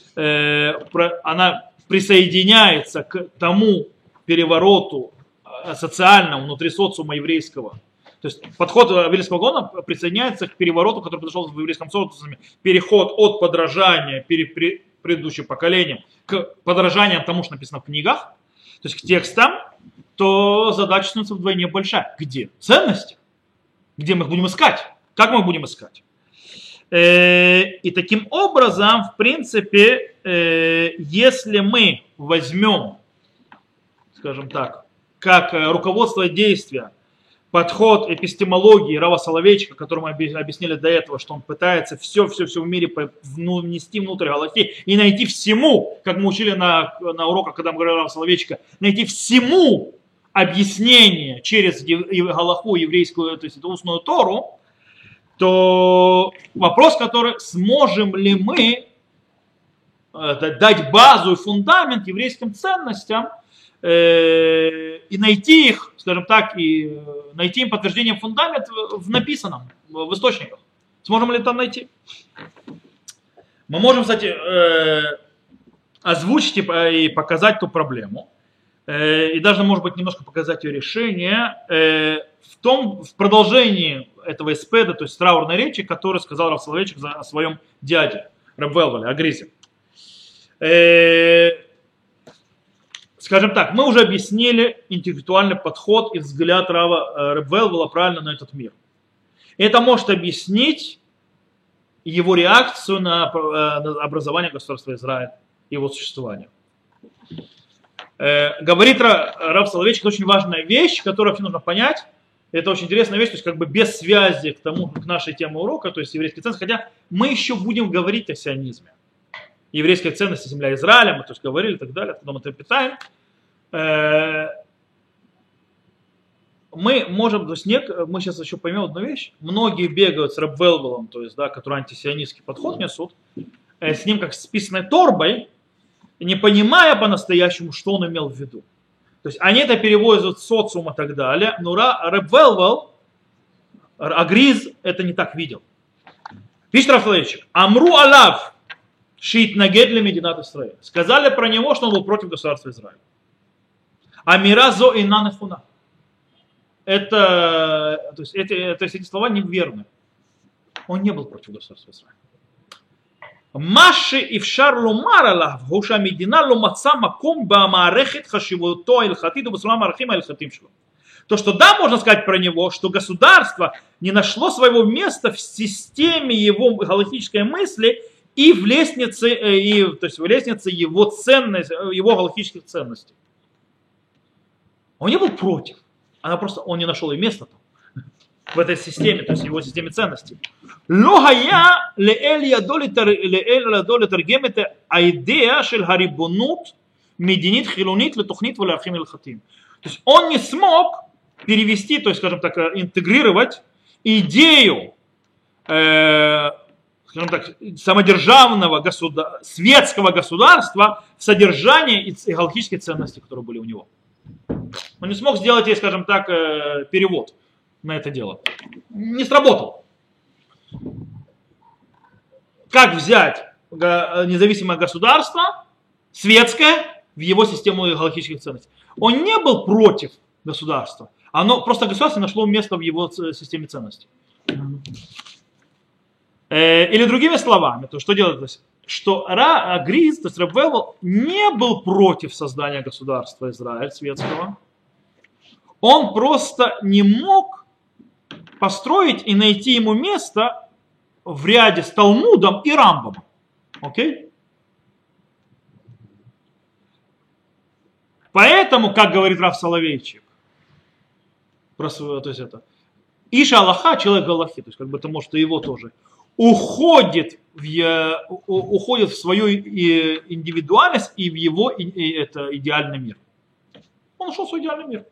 она присоединяется к тому перевороту социальному внутри социума еврейского. То есть подход Вильнюсского Гаона присоединяется к перевороту, который произошел в еврейском социуме, переход от подражания предыдущим поколениям к подражаниям тому, что написано в книгах, то есть к текстам, то задача становится вдвойне большая. Где? Ценности. Где мы их будем искать? Как мы их будем искать? И таким образом, в принципе, если мы возьмем, скажем так, как руководство действия, подход эпистемологии Рава Соловейчика, который мы объяснили до этого, что он пытается все в мире внести внутрь Галахи и найти всему, как мы учили на уроках, когда мы говорили Рава Соловейчика, найти всему объяснение через Галаху, еврейскую, то есть эту устную Тору, то вопрос, который сможем ли мы дать базу и фундамент еврейским ценностям, и найти их, скажем так, и найти им подтверждение фундамент в написанном, в источниках. Сможем ли там найти? Мы можем, кстати, озвучить и показать ту проблему, и даже, может быть, немножко показать ее решение в продолжении этого эспеда, то есть траурной речи, которую сказал Рав Соловейчик о своем дяде, Реб Велвеле, о Гризе. Скажем так, мы уже объяснили интеллектуальный подход и взгляд Рава Реб Велвела правильно на этот мир. Это может объяснить его реакцию на образование государства Израиль, его существование. Говорит Рав Соловейчик, это очень важная вещь, которую нужно понять. Это очень интересная вещь, то есть как бы без связи к нашей теме урока, то есть еврейские ценности, хотя мы еще будем говорить о сионизме. Еврейские ценности, земля Израиля, мы то есть говорили и так далее, потом это питаем. Мы можем, то есть мы сейчас еще поймем одну вещь. Многие бегают с Реб Велвелом, то есть, да, который антисионистский подход несут, с ним как с писаной торбой, не понимая по-настоящему, что он имел в виду. То есть они это переводят в социум и так далее, но Реб Велвел, Агриз это не так видел. Пишет Рав Соловейчик, Амру Алав, Шиит Нагедли Мединат Исраэль. Сказали про него, что он был против государства Израиля. Амира зо и нанефуна. То есть эти слова неверны. Он не был против государства Израиля. Маши ифшар ломар алав, хуша медина ломаца маком баамарехет хашивото ильхатит бусулам арахим ильхатим шло. То, что да, можно сказать про него, что государство не нашло своего места в системе его галактической мысли и в лестнице, то есть в лестнице его ценностей, его галактических ценностей. Он не был против, он не нашел и места там, в этой системе, то есть в его системе ценностей. Логая леэль ядоли таргемет айдея шель харибунут мединит хилунит летухнит валярхим ильхатим. То есть он не смог перевести, то есть, скажем так, интегрировать идею, скажем так, самодержавного светского государства в содержание и галактические ценности, которые были у него. Он не смог сделать, скажем так, перевод на это дело. Не сработал. Как взять независимое государство, светское, в его систему галактических ценностей? Он не был против государства. Просто государство нашло место в его системе ценностей. Или другими словами, то что делать? Что Агриз, то есть Реб Велвел, не был против создания государства Израиль светского. Он просто не мог построить и найти ему место в ряде с Талмудом и Рамбамом. Окей? Поэтому, как говорит Рав Соловейчик, то есть это, Иша Аллаха, человек Аллахи, то есть как бы это может и его тоже, уходит в свою индивидуальность и в его идеальный мир. Он ушел в свой идеальный мир.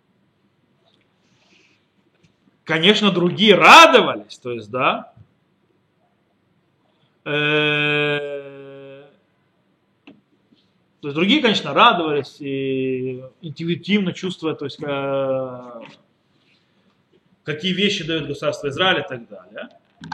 Конечно, другие радовались, то есть, да, то есть другие, конечно, радовались и интуитивно чувствуя, то есть, какие вещи дает государство Израиля и так далее.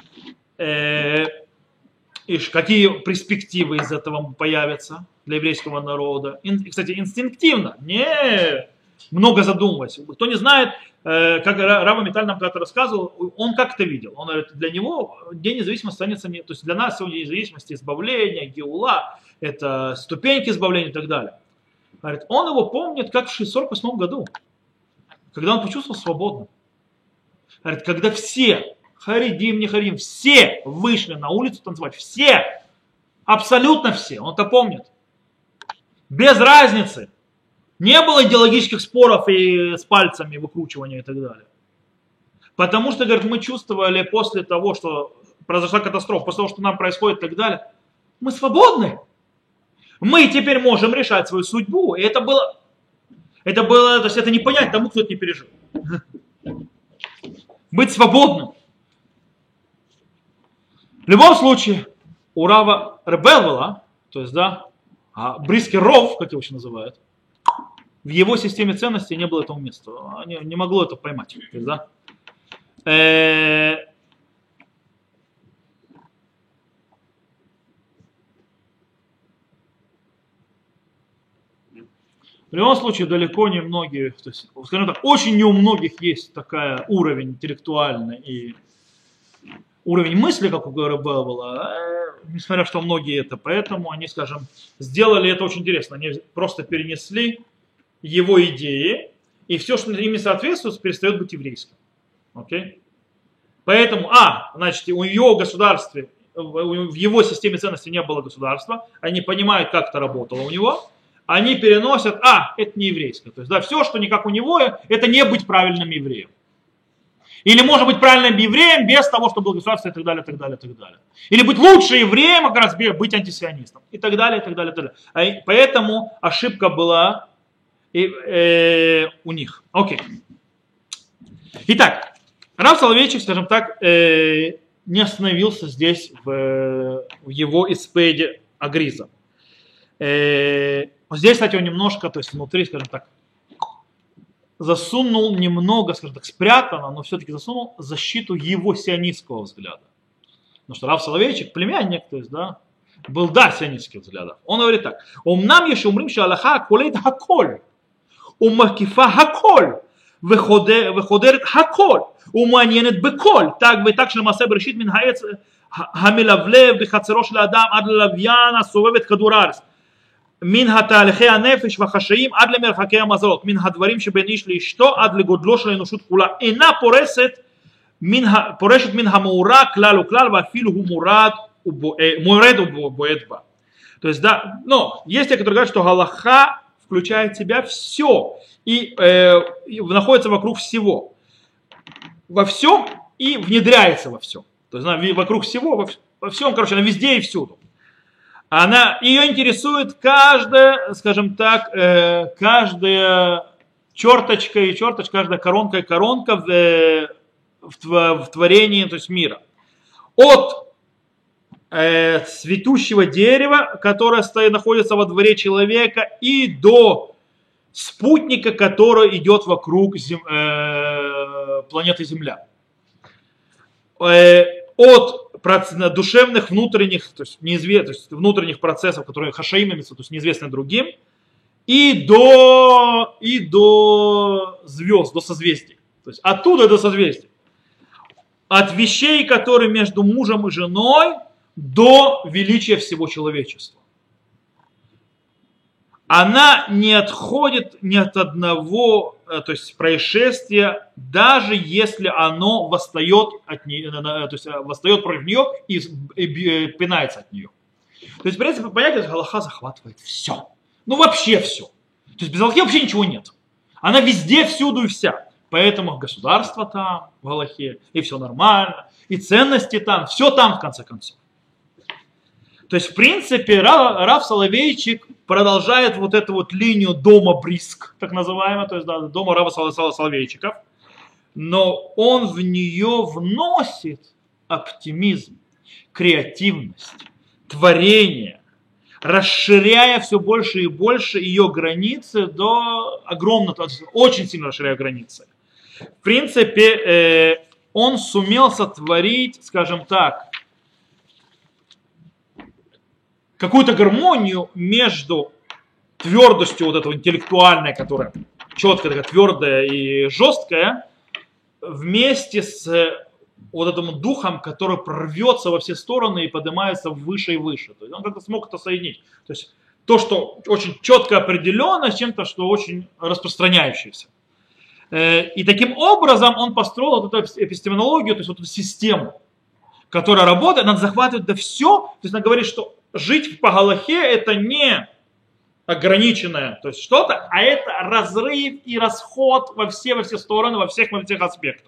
И какие перспективы из этого появятся для еврейского народа. Кстати, инстинктивно, не много задумываясь. Кто не знает, как Рав Амитай нам когда-то рассказывал, он как это видел. Он говорит, для него День независимости останется, то есть для нас сегодня независимость, избавление, геула, это ступеньки избавления и так далее. Говорит, он его помнит как в 1948 году, когда он почувствовал свободным. Говорит, когда все, харидим, не харидим, все вышли на улицу танцевать, все, абсолютно все, он это помнит. Без разницы. Не было идеологических споров и с пальцами выкручивания и так далее. Потому что, говорит, мы чувствовали после того, что произошла катастрофа, после того, что нам происходит и так далее, мы свободны. Мы теперь можем решать свою судьбу. И это было, то есть это не понять тому, кто это не пережил. Быть свободным. В любом случае, у Рава Ребелвела, то есть, да, Брискер Ров, как его еще называют, в его системе ценностей не было этого места. Не могло это поймать. То есть, да. В любом случае, далеко не многие, то есть, скажем так, очень не у многих есть такой уровень интеллектуальный и уровень мысли, как у Ребелвела, несмотря что многие это, поэтому они, скажем, сделали это очень интересно. Они просто перенесли его идеи, и все, что ими соответствует, перестает быть еврейским. Окей? Поэтому, значит, у его государстве, в его системе ценностей не было государства, они понимают, как это работало у него, они переносят, это не еврейское. То есть, да, все, что не как у него, это не быть правильным евреем. Или может быть правильным евреем без того, что было государство и так далее, и так далее, и так далее. Или быть лучше евреем, а как раз быть антисионистом. И так далее, и так далее, и так далее. Поэтому ошибка была у них. Окей. Итак, Рав Соловейчик, скажем так, не остановился здесь в его исповеди Агриза. Здесь, кстати, он немножко, то есть внутри, скажем так, засунул немного, скажем так, спрятано, но все-таки засунул защиту его сионистского взгляда. Потому что Рав Соловейчик, племянник, то есть, да, был, да, сионистских взглядов. Он говорит так. Умнам еш умрим ша Аллаха колет хаколь, умакифа хаколь, выходерет хаколь, уманьенет беколь, так שלמעשה בראשית מן העץ המלבלב בחצרו של האדם עד ללוויין הסובב את כדור הארץ. מן התהליכי הנפש והחשאים עד למרחקי המזלות, מן הדברים שבין איש לאשתו עד לגודלו של האנושות כולה, אינה פורשת מן המאורע כלל וכלל, ואפילו הוא מורד ובועט בה. То есть, да, но есть те, которые говорят, что Галаха включает в себя все и находится вокруг всего. Во всем и внедряется во всем. То есть, вокруг всего, во всем, короче, она везде и всюду. Ее интересует каждая, скажем так, каждая черточка и черточка, каждая коронка и коронка в творении, то есть мира. От цветущего дерева, которое находится во дворе человека, и до спутника, который идет вокруг планеты Земля. От душевных внутренних, то есть внутренних процессов, которые хашаим имеются, то есть неизвестны другим, и до звезд, до созвездий. То есть оттуда до созвездий. От вещей, которые между мужем и женой, до величия всего человечества. Она не отходит ни от одного, то есть происшествия, даже если оно восстает против нее и пинается от нее. То есть, в принципе, понятие, что Галаха захватывает все. Ну, вообще все. То есть, без Галахи вообще ничего нет. Она везде, всюду и вся. Поэтому государство там, в Галахе, и все нормально, и ценности там, все там, в конце концов. То есть, в принципе, Рав Соловейчик продолжает вот эту вот линию дома Бриск, так называемого, то есть, да, дома Рава Соловейчиков, но он в нее вносит оптимизм, креативность, творение, расширяя все больше и больше ее границы до огромного, очень сильно расширяя границы. В принципе, он сумел сотворить, скажем так, какую-то гармонию между твердостью вот этого интеллектуальной, которая четкая, такая твердая и жесткая, вместе с вот этим духом, который прорвется во все стороны и поднимается выше и выше. То есть он как-то смог это соединить. То есть то, что очень четко определено, с чем-то, что очень распространяющееся. И таким образом он построил вот эту эпистемологию, то есть вот эту систему, которая работает, она захватывает да все. То есть она говорит, что жить по Галахе это не ограниченное, то есть что-то, а это разрыв и расход во все стороны, во всех аспектах.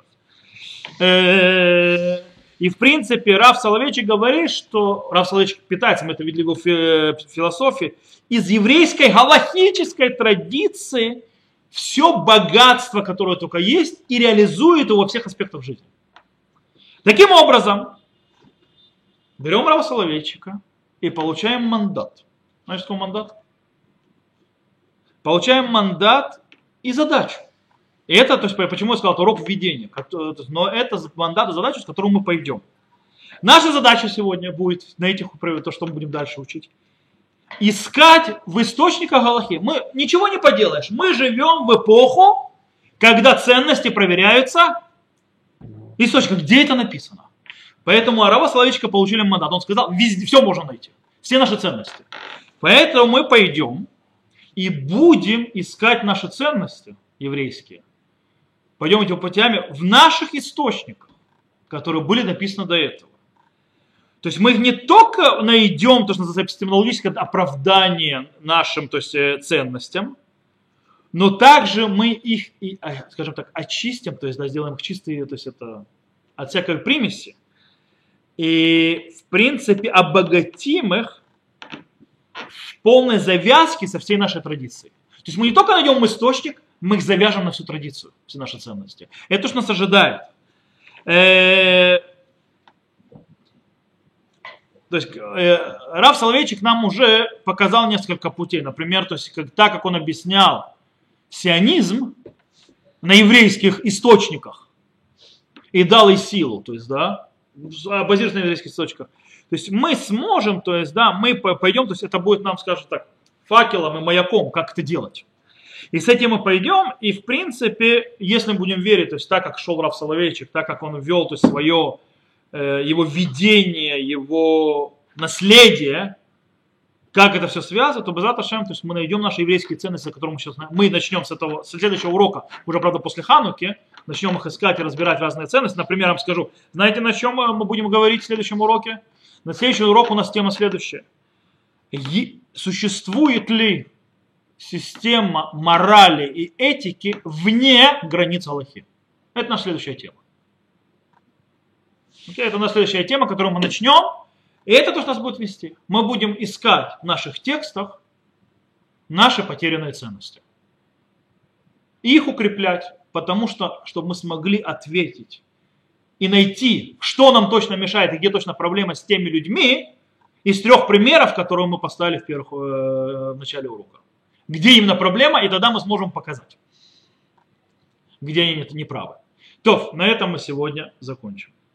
И в принципе Рав Соловейчик говорит, что Рав Соловейчик питается, мы это видели в его философии, из еврейской галахической традиции все богатство, которое только есть, и реализует его во всех аспектах жизни. Таким образом, берем Рава Соловейчика и получаем мандат. Знаешь, что мандат? Получаем мандат и задачу. И это, то есть, почему я сказал, это урок введения. Но это мандат и задача, с которой мы пойдем. Наша задача сегодня будет найти то, что мы будем дальше учить. Искать в источниках Галахи. Мы ничего не поделаешь. Мы живем в эпоху, когда ценности проверяются. Источник, где это написано? Поэтому Рава Соловейчика получили мандат. Он сказал, везде все можно найти. Все наши ценности. Поэтому мы пойдем и будем искать наши ценности еврейские. Пойдем этими путями в наших источниках, которые были написаны до этого. То есть мы их не только найдем, то, что называется эпистемологическое оправдание нашим, то есть, ценностям, но также мы их, скажем так, очистим, то есть, да, сделаем их чистые, то есть это от всякой примеси. И в принципе обогатим их в полной завязке со всей нашей традицией. То есть мы не только найдем источник, мы их завяжем на всю традицию, все наши ценности. Это то, что нас ожидает. То есть Рав Соловейчик нам уже показал несколько путей. Например, то есть, так как он объяснял сионизм, на еврейских источниках и дал ей силу, то есть, да, базируясь на еврейских источниках. То есть мы сможем, то есть, да, мы пойдем, то есть это будет нам, скажем так, факелом и маяком, как это делать. И с этим мы пойдем, и в принципе, если мы будем верить, то есть так, как шел Рав Соловейчик, так, как он вел, то есть свое, его видение, его наследие, как это все связано, то Безат Ашем, то есть мы найдем наши еврейские ценности, о которых мы сейчас знаем. Мы начнем с этого, с следующего урока, уже, правда, после Хануки, начнем их искать и разбирать разные ценности. Например, я вам скажу, знаете, на чем мы будем говорить в следующем уроке? На следующий урок у нас тема следующая. Существует ли система морали и этики вне границ Аллахи? Это наша следующая тема. Это наша следующая тема, которую мы начнем. И это то, что нас будет вести. Мы будем искать в наших текстах наши потерянные ценности. И их укреплять, потому что, чтобы мы смогли ответить и найти, что нам точно мешает и где точно проблема с теми людьми, из 3 примеров, которые мы поставили в начале урока. Где именно проблема, и тогда мы сможем показать, где они неправы. То, на этом мы сегодня закончим.